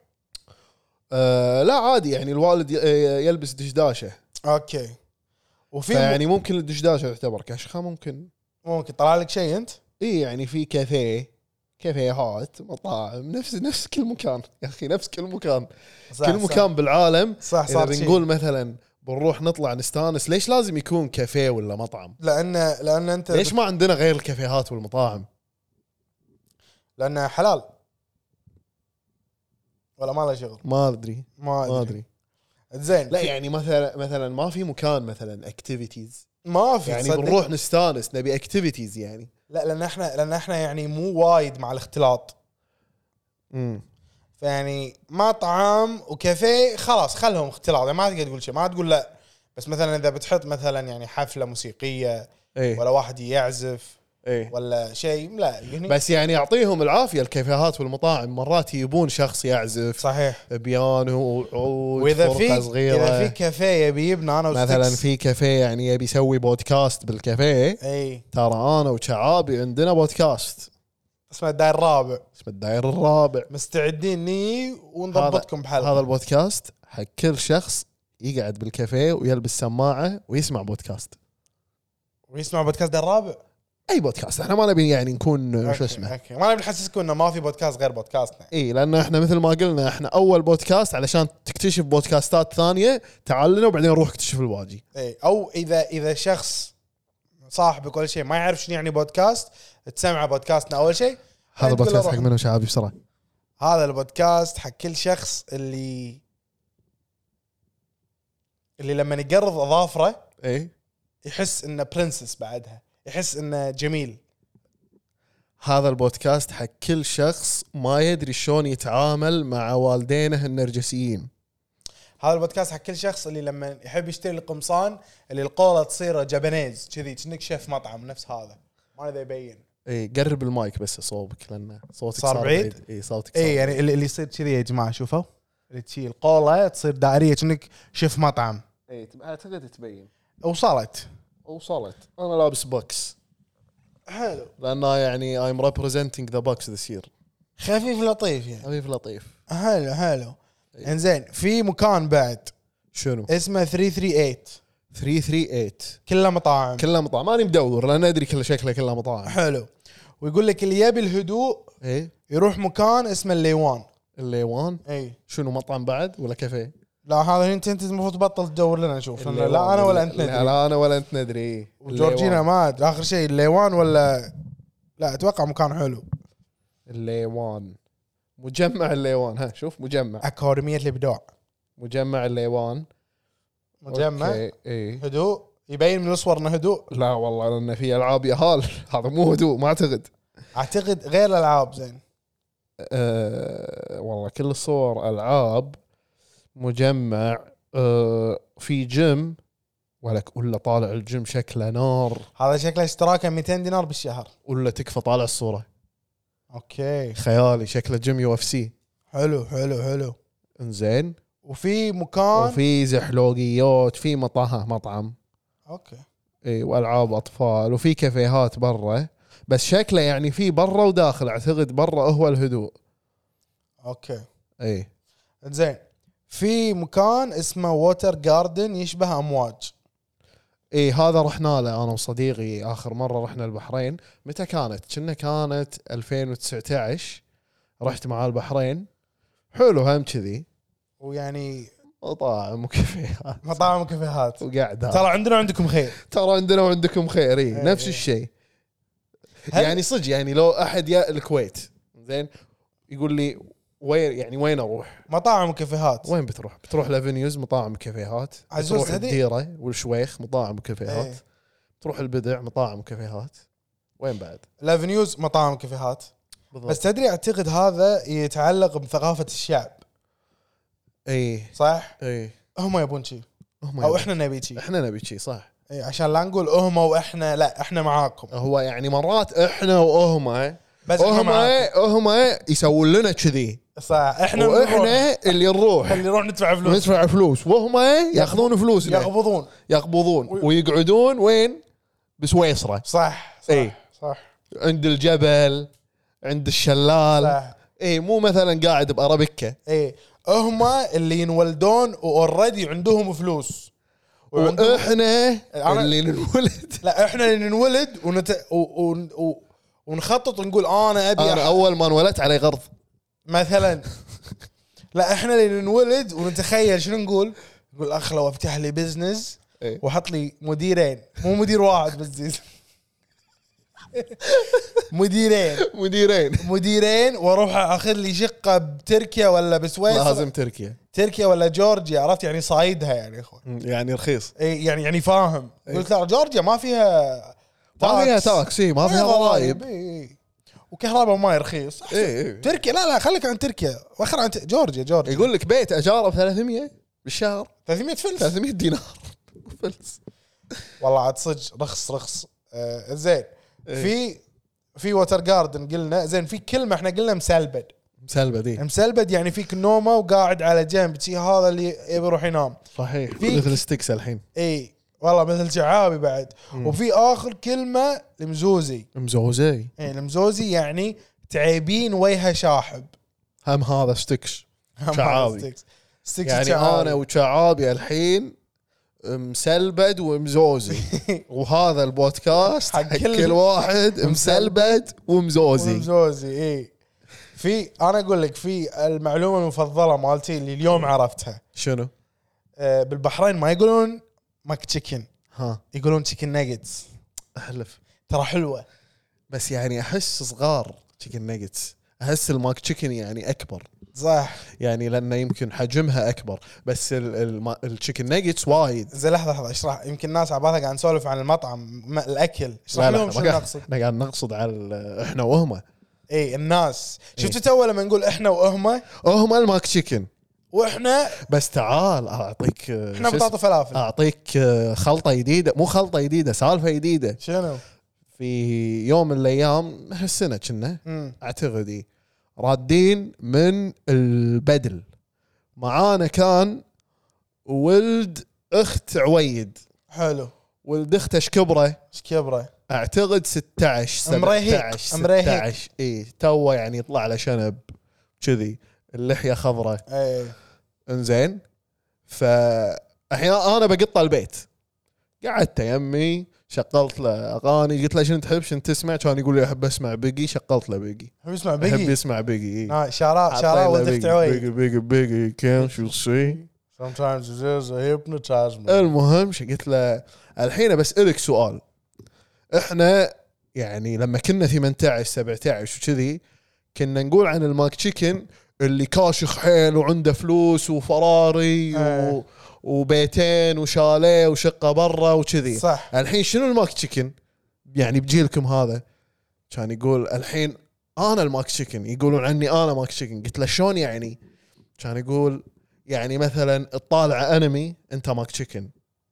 آه لا عادي يعني الوالد ي- يلبس دشداشه. اوكي. وفي يعني ممكن الدشداشه تعتبر كشخه ممكن. ممكن طلع لك شيء انت. اي يعني في كافيه كافيهات مطاعم نفس نفس كل مكان يا اخي نفس كل مكان. صح كل صح. مكان بالعالم. صح اذا صار شيء. بنقول مثلا بنروح نطلع نستانس ليش لازم يكون كافيه ولا مطعم؟ لان لان انت ليش ما عندنا غير الكافيهات والمطاعم؟ لانه حلال ولا ما له شغل. ما ادري ما ما ادري. ادري. زين. لا يعني مثلا مثلا ما في مكان مثلا اكتيفيتيز ما في يعني تصدق؟ بنروح نستانس نبي اكتيفيتيز يعني. لا لان احنا لان احنا يعني مو وايد مع الاختلاط. امم فيعني مطعم وكافيه خلاص خلهم اختلاط يعني ما تقدر تقول شيء ما تقول لا. بس مثلا اذا بتحط مثلا يعني حفله موسيقيه ايه ولا واحد يعزف ايه ولا شيء لا يعني بس يعني يعطيهم العافيه الكافيهات والمطاعم مرات يبون شخص يعزف صحيح. بيانو وعود واذا فرقة في صغيره اذا في كافيه يبي يبنى انا مثلا وستكس. في كافيه يعني يبي يسوي بودكاست بالكافيه. اي ترى انا وشعابي عندنا بودكاست اسمه الداير الرابع. اسمه الداير الرابع. مستعدين ني ونضبطكم بحلقة. هذا البودكاست حق كل شخص يقعد بالكافيه ويلبس سماعة ويسمع بودكاست. ويسمع بودكاست الداير الرابع. اي بودكاست. احنا ما نبي يعني نكون شو اسمه. أوكي. ما نبي نحسسكم انه ما في بودكاست غير بودكاستنا. اي لان احنا مثل ما قلنا احنا اول بودكاست علشان تكتشف بودكاستات ثانية تعال لنا وبعدين روح اكتشف الباقي. اي او اذا اذا شخص صاحبك ولا شيء ما يعرف شنو يعني بودكاست تسمع بودكاستنا اول شيء. هذا البودكاست حق منو شعبي بسرعة؟ هذا البودكاست حق كل شخص اللي اللي لما يقرض اظافره اي يحس انه برنسس بعدها يحس انه جميل. هذا البودكاست حق كل شخص ما يدري شلون يتعامل مع والدينه النرجسيين. هذا البودكاست حق كل شخص اللي لما يحب يشتري القمصان اللي القولة تصير جابانيز كذي كأنك شيف مطعم نفس هذا ما ذا يبين. اي قرب المايك بس صوبك لان صوتك صار بعيد. اي صوتك صار اي يعني اللي, اللي يصير كذي يا جماعه شوفوا اللي تشيل القولة تصير دائريه كأنك شيف مطعم. اي اعتقد تبين وصلت وصلت. انا لابس بوكس حلو لانه يعني I'm representing the box this year. خفيف لطيف يعني خفيف لطيف. حلو حلو. انزين في مكان بعد شنو اسمه ثلاثمية وثمانية وثلاثين ثلاثمية وثمانية وثلاثين كله مطاعم. كلها مطاعم. ماني مدور لان ادري كل شكله كلها مطاعم. حلو. ويقول لك اللي يبي الهدوء ايه يروح مكان اسمه الليوان. الليوان اي شنو مطعم بعد ولا كافيه؟ لا هذا انت انت المفروض تبطل تدور لنا نشوف لا, لا انا ولا انت ندري. لا, لا انا ولا انت ندري. وجورجينا ما ادري اخر شيء الليوان ولا لا اتوقع مكان حلو. الليوان مجمع الليوان. ها شوف مجمع اكاديميه الابداع مجمع الليوان مجمع اي هدوء يبين من الصور انه هدوء. لا والله لان في العاب يهال هذا مو هدوء ما اعتقد. اعتقد غير الالعاب زين. أه والله كل الصور العاب مجمع. أه في جيم ولك ولا طالع الجيم شكله نار. هذا شكله اشتراكه مئتين دينار بالشهر ولا تكفى طالع الصورة. اوكي خيالي شكله جيم يو اف سي. حلو حلو حلو. انزين وفي مكان وفي زحلوقيات في مطعم مطعم اوكي اي والعاب اطفال وفي كافيهات برا بس شكله يعني في برا وداخل. اعتقد برا هو الهدوء. اوكي اي زين. في مكان اسمه ووتر جاردن يشبه امواج. اي هذا رحنا له انا وصديقي اخر مره رحنا البحرين. متى كانت؟ كنا كانت ألفين وتسعة عشر رحت مع البحرين. حلو هم كذي ويعني مطاعم وكافيهات مطاعم وكافيهات وقعدات. ترى عندنا وعندكم خير. ترى عندنا وعندكم خير. اي أيه. نفس الشيء يعني صدق. يعني لو احد يا الكويت زين يقول لي وين يعني وين اروح مطاعم وكافيهات وين بتروح؟ بتروح لافنيوز مطاعم وكافيهات. بتروح الديره والشويخ مطاعم وكافيهات. ايه. تروح البدع مطاعم وكافيهات. وين بعد؟ لافنيوز مطاعم وكافيهات. بالضبط. بس تدري اعتقد هذا يتعلق بثقافة الشعب اي صح؟ اي هم يبون شي هم او يبون. احنا نبي شي. احنا نبي شي صح. اي عشان لا نقول هم واحنا لا احنا معاكم. هو يعني مرات احنا وهم بس احنا هم معاكم هم يسوون لنا كذي صح. احنا واحنا اللي نروح اللي نروح ندفع فلوس ندفع فلوس وهم ياخذون فلوسنا يقبضون يقبضون ويقعدون وين؟ بسويسرا. صح صح اي صح عند الجبل عند الشلال. صح. اي مو مثلا قاعد بأرابيكا. اي هم اللي ينولدون واوريدي عندهم فلوس واحنا أنا- اللي نولد. لا احنا اللي ننولد ونت... و... و... و... ونخطط ونقول انا ابي انا أح... اول ما انولدت علي غرض مثلا. لا احنا اللي ننولد ونتخيل شنو نقول. نقول اخ لو افتح لي بزنس إيه. واحط لي مديرين مو مدير واحد بس مديرين مديرين مديرين واروح اخذ لي شقه بتركيا ولا بسويسرا. لازم تركيا تركيا ولا جورجيا عرفت يعني صايدها يعني اخوان. يعني رخيص. اي يعني يعني فاهم. إيه. قلت لا جورجيا ما فيها ما فيها تاكسي ما فيها ضرائب. اي وكهرباء وماء رخيص. اي اي تركيا لا لا خليك عن تركيا واخر عن ت- جورجيا جورجيا يقول لك بيت اجاره ب ثلاثمية بالشهر. ثلاثمية فلس. ثلاثمية دينار فلس. والله عاد صدق رخص رخص. آه زين. إيه. في في ووتر جاردن قلنا. زين في كلمه احنا قلنا مسلبد. مسلبة دي مسلبد يعني فيك نومه وقاعد على جنب شي هذا اللي يبي يروح ينام. صحيح في- مثل ستيكس الحين. اي والله مثل شعابي بعد. مم. وفي اخر كلمه المزوزي. مزوزي. اي المزوزي يعني تعيبين وجهه شاحب هم هذا ستكس شعابي. ستيكس. ستيكس يعني شعابي. انا وشعابي الحين مسلبد ومزوزي وهذا البودكاست حق حق كل- كل واحد مسلبد ومزوزي. ومزوزي اي. في انا اقول لك في المعلومه المفضله مالتي اللي اليوم عرفتها. شنو؟ آه، بالبحرين ما يقولون ماك تشيكن، ها يقولون تشيكن ناجتس. احلف. ترى حلوه. بس يعني احس صغار تشيكن ناجتس، احس الماك تشيكن يعني اكبر، صح. يعني لانه يمكن حجمها اكبر، بس التشيكن ناجتس وايد. زين لحظه لحظه اشرح، يمكن الناس على بالها قاعد نسولف عن المطعم م- الاكل، اشرح لا لا لهم ما شنو قاعد- نقصد. احنا قاعد نقصد على ال- احنا وهم اي الناس شفتوا إيه. تو لما نقول احنا وهم هم الماك تشيكن. واحنا بس تعال اعطيك آه، احنا شو بطاطا فلافل. اسمه؟ اعطيك آه، خلطه جديده، مو خلطه جديده، سالفه جديده. شنو؟ في يوم من الايام هالسنه كنا امم اعتقد إيه، رادين من البدل، معانا كان ولد اخت عويد، حلو. ولد اخته ايش كبره؟ ايش كبره؟ اعتقد ستة عشر أمريهيك. سبعة عشر أمريهيك. ستة عشر اي تو يعني يطلع له شنب كذي، اللحيه خضراء. اي انزين فاحيانا انا بقطه البيت، قعدت يمي شغلت له اغاني، قلت له شنو تحب شنو تسمع؟ كان يقول لي احب اسمع بيجي، شغلت له بيجي. هو يسمع احب بيجي. يسمع بيجي. آه شارع شارع ولد اخت بيجي عويد. بيجي بيجي كان شو سي. sometimes it is a hypnotize me. المهم شو قلت له الحين بسألك سؤال، احنا يعني لما كنا ثمانية عشر سبعة عشر وكذي كنا نقول عن الماك تشيكن اللي كاشخ حيل وعنده فلوس وفراري آه. و... وبيتين وشاليه وشقه برا وكذي. صح. الحين شنو الماك تشيكن يعني بجيلكم هذا؟ كان يقول الحين انا الماك تشيكن، يقولون عني انا ماك تشيكن. قلت له شلون يعني؟ كان يقول يعني مثلا تطالع انمي انت ماك تشيكن،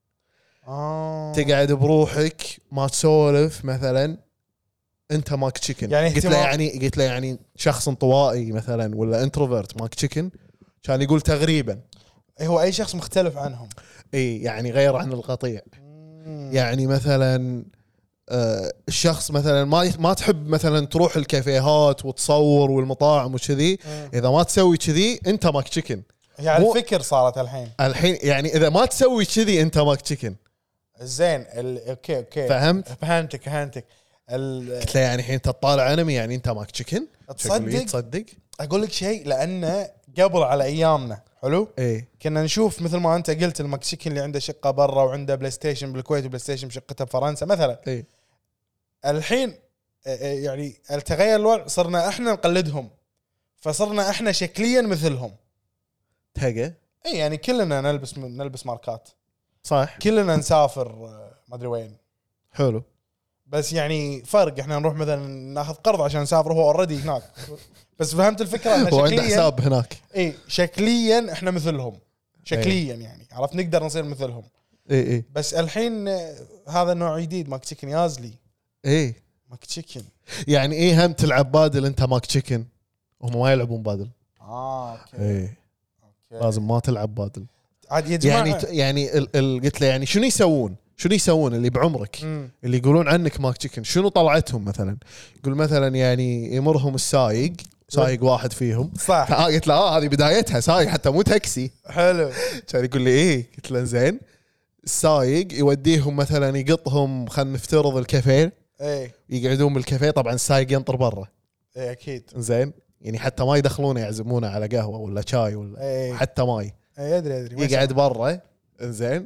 آه. تقعد بروحك ما تسولف مثلا انت ماك تشيكن. يعني قلت له اهتمام- يعني قلت له يعني شخص انطوائي مثلا ولا انتروفيرت ماك تشيكن؟ كان يقول تقريبا. هو اي شخص مختلف عنهم. اي يعني غير عن القطيع. مم. يعني مثلا آه، الشخص مثلا ما ما تحب مثلا تروح الكافيهات وتصور والمطاعم وكذي، مم. اذا ما تسوي كذي انت ماك تشيكن. يعني مو- الفكر صارت الحين. الحين يعني اذا ما تسوي كذي انت ماك تشيكن. زين ال... اوكي اوكي فهمت؟ فهمتك فهمتك ال... قلت له يعني الحين انت تطالع انمي يعني انت ماك تشيكن؟ تصدق تصدق؟ اقول لك شيء، لانه قبل على ايامنا حلو ايه كنا نشوف مثل ما انت قلت المكسيكي اللي عنده شقه برا وعنده بلاي ستيشن بالكويت وبلاي ستيشن بشقته بفرنسا مثلا. ايه الحين آه، آه، يعني التغير الوضع، صرنا احنا نقلدهم، فصرنا احنا شكليا مثلهم. تهقى اي يعني كلنا نلبس نلبس ماركات، صح. كلنا نسافر آه، ما ادري وين، حلو. بس يعني فرق احنا نروح مثلا ناخذ قرض عشان نسافر وهو اوريدي هناك. بس فهمت الفكره ان هو عنده شكليا حساب هناك. اي شكليا احنا مثلهم شكليا يعني عرفت نقدر نصير مثلهم. ايه ايه بس الحين آه، هذا النوع جديد ماك تشيكن يازلي ايه ماك تشيكن. يعني ايه هم تلعب بادل انت ماك تشيكن؟ هم ما يلعبون بادل. اه اوكي ايه أوكي. لازم ما تلعب بادل. عاد يا جماعه يعني ت- يعني ال ال قلت له يعني شنو يسوون؟ شنو يسوون اللي بعمرك مم. اللي يقولون عنك ماك تشيكن؟ شنو طلعتهم مثلا؟ يقول مثلا يعني يمرهم السايق، سايق واحد فيهم. صح آه قلت له اه هذه بدايتها سايق حتى مو تاكسي. حلو. كان يقول لي ايه؟ قلت له زين. السايق يوديهم مثلا يقطهم، خلينا نفترض الكافيه، اي يقعدون بالكافيه، طبعا السايق ينطر برا اي اكيد. زين، يعني حتى ما يدخلونه يعزمونه على قهوه ولا شاي ولا اي حتى ماي، اي ادري ادري ما يقعد برا زين.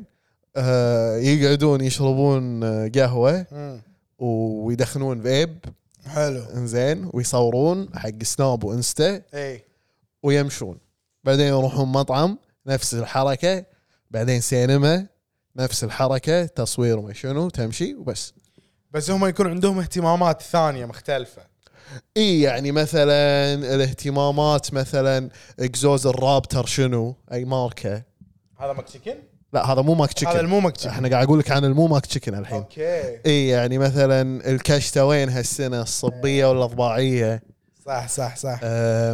آه يقعدون يشربون آه، قهوه مم. ويدخنون فيب حلو. زين، ويصورون حق سناب وانستا اي ويمشون. بعدين يروحون مطعم نفس الحركه، بعدين سينما نفس الحركه، تصوير وما شنو، تمشي وبس. بس هم يكون عندهم اهتمامات ثانيه مختلفه. اي يعني مثلا الاهتمامات مثلا اكزوز الرابتر شنو اي ماركه. هذا ماك تشيكن؟ لا هذا مو ماك هذا تشيكن، المو ماك تشيكن. احنا قاعد اقول لك عن المو ماك تشيكن الحين. اوكي اي يعني مثلا الكشته وين هالسنه، الصبيه ولا الضباعيه؟ صح صح صح. آه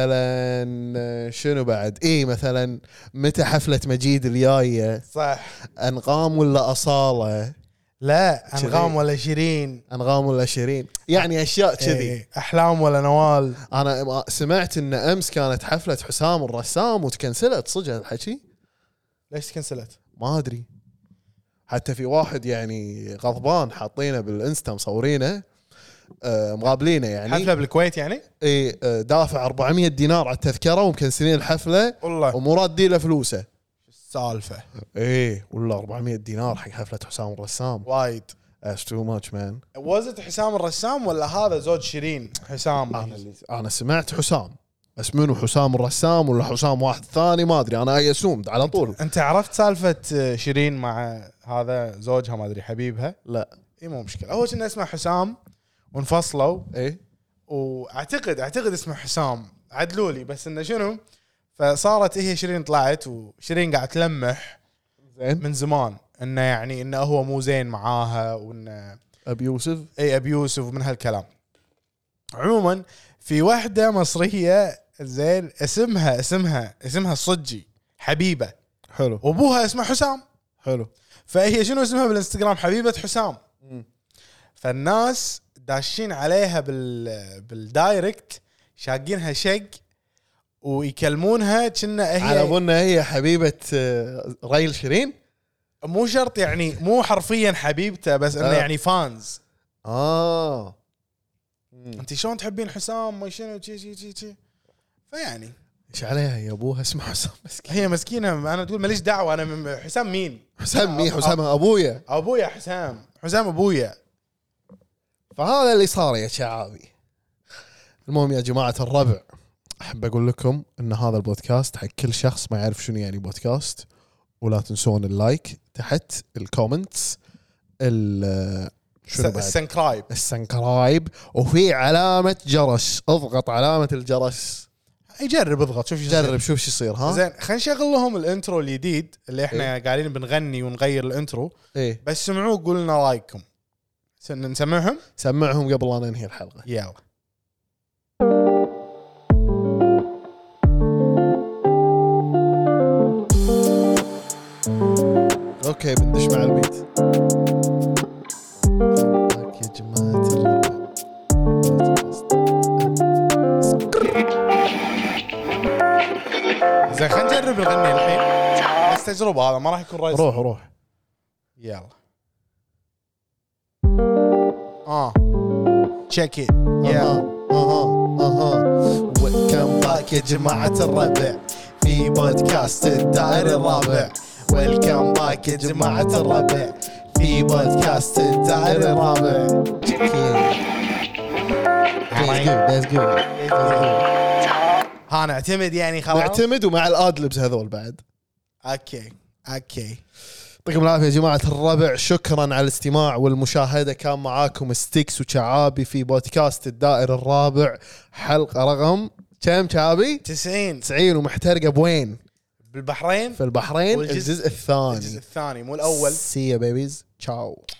مثلا آه، شنو بعد؟ اي مثلا متى حفله مجيد الجايه؟ صح. انغام ولا اصاله؟ لا انغام شيرين. ولا شيرين، انغام ولا شيرين، يعني اشياء كذي. إيه. احلام ولا نوال. انا سمعت ان امس كانت حفله حسام الرسام وتكنسلت، صدق الحكي؟ ليش تكنسلت؟ ما ادري، حتى في واحد يعني غضبان حاطينه بالانستا مصورينه، آه مقابلينه يعني حفله بالكويت يعني؟ اي آه دافع أربعمية دينار على التذكره ومكنسلين الحفله والله ومراد له فلوسه. السالفه ايه ولا أربعمية دينار حق حفله حسام الرسام، وايد. That's too much man. وزت حسام الرسام ولا هذا زوج شيرين حسام؟ انا اللي انا سمعت حسام، بس منو حسام الرسام ولا حسام واحد ثاني ما ادري، انا اي اسومد على طول. انت عرفت سالفه شيرين مع هذا زوجها ما ادري حبيبها؟ لا اي مو مشكله، هو كنا اسمه حسام وانفصلوا، ايه واعتقد اعتقد اسمه حسام، عدلوا لي بس انه شنو، فصارت هي شيرين طلعت وشيرين قاعد تلمح زين من زمان انه يعني انه هو مو زين معاها وانه ابي يوسف اي ابي يوسف ومن هالكلام. عموما في واحده مصريه زين اسمها اسمها اسمها الصجي حبيبه، حلو وابوها اسمه حسام، حلو فهي شنو اسمها بالانستغرام؟ حبيبه حسام. فالناس داشين عليها بال بالدايركت شاقينها شق ويكلمونها كنا هي على بنا هي حبيبه آه، ريل شيرين. مو شرط يعني مو حرفيا حبيبته، بس انه آه. يعني فانز. اه انت شلون تحبين حسام ما شنو شي شي شي شي فيعني ايش عليها يا ابوها اسمه حسام مسكين. هي مسكينه، انا تقول ماليش دعوه انا من حسام مين؟ حسام مين؟ حسام ابويا. ابويا حسام، حسام ابويا. فهذا اللي صار يا شعابي. المهم يا جماعه الربع، احب اقول لكم ان هذا البودكاست حق كل شخص ما يعرف شنو يعني بودكاست، ولا تنسون اللايك تحت، الكومنتس، ال شنو بعد؟ السنكرايب السنكرايب، وفي علامة جرس، اضغط علامة الجرس. يجرب اضغط شوف شو جرب شوف شو يصير. ها زين خلينا نشغل لهم الانترو الجديد اللي احنا إيه؟ قاعدين بنغني ونغير الانترو، ايه بس سمعوه قولوا لنا رايكم. نسمعهم سمعهم قبل لا ننهي الحلقة. يلا. اوكي بندش مع البيت. يا جماعة الربع. زين خلينا نجرب نغني الحين، بس تجربة، هذا ما راح يكون رايس. روح روح. يلا. اه تشيك ات. يلا. اها اها ويلكم باك يا جماعة الربع في بودكاست الدائر الرابع. ويلكم باك يا جماعة الربع في بودكاست الدائر الرابع. That's good. That's good. ها نعتمد يعني خلاص. نعتمد ومع الادلبس هذول بعد. اوكي اوكي. يعطيكم العافية يا جماعة الربع، شكرا على الاستماع والمشاهدة. كان معاكم ستيكس وشعابي في بودكاست الدائر الرابع، حلقة رقم كم شعابي؟ تسعين. تسعين. ومحترقة بوين؟ بالبحرين في البحرين. والجزء- الجزء الثاني. الجزء الثاني مو الأول. See you babies. Ciao.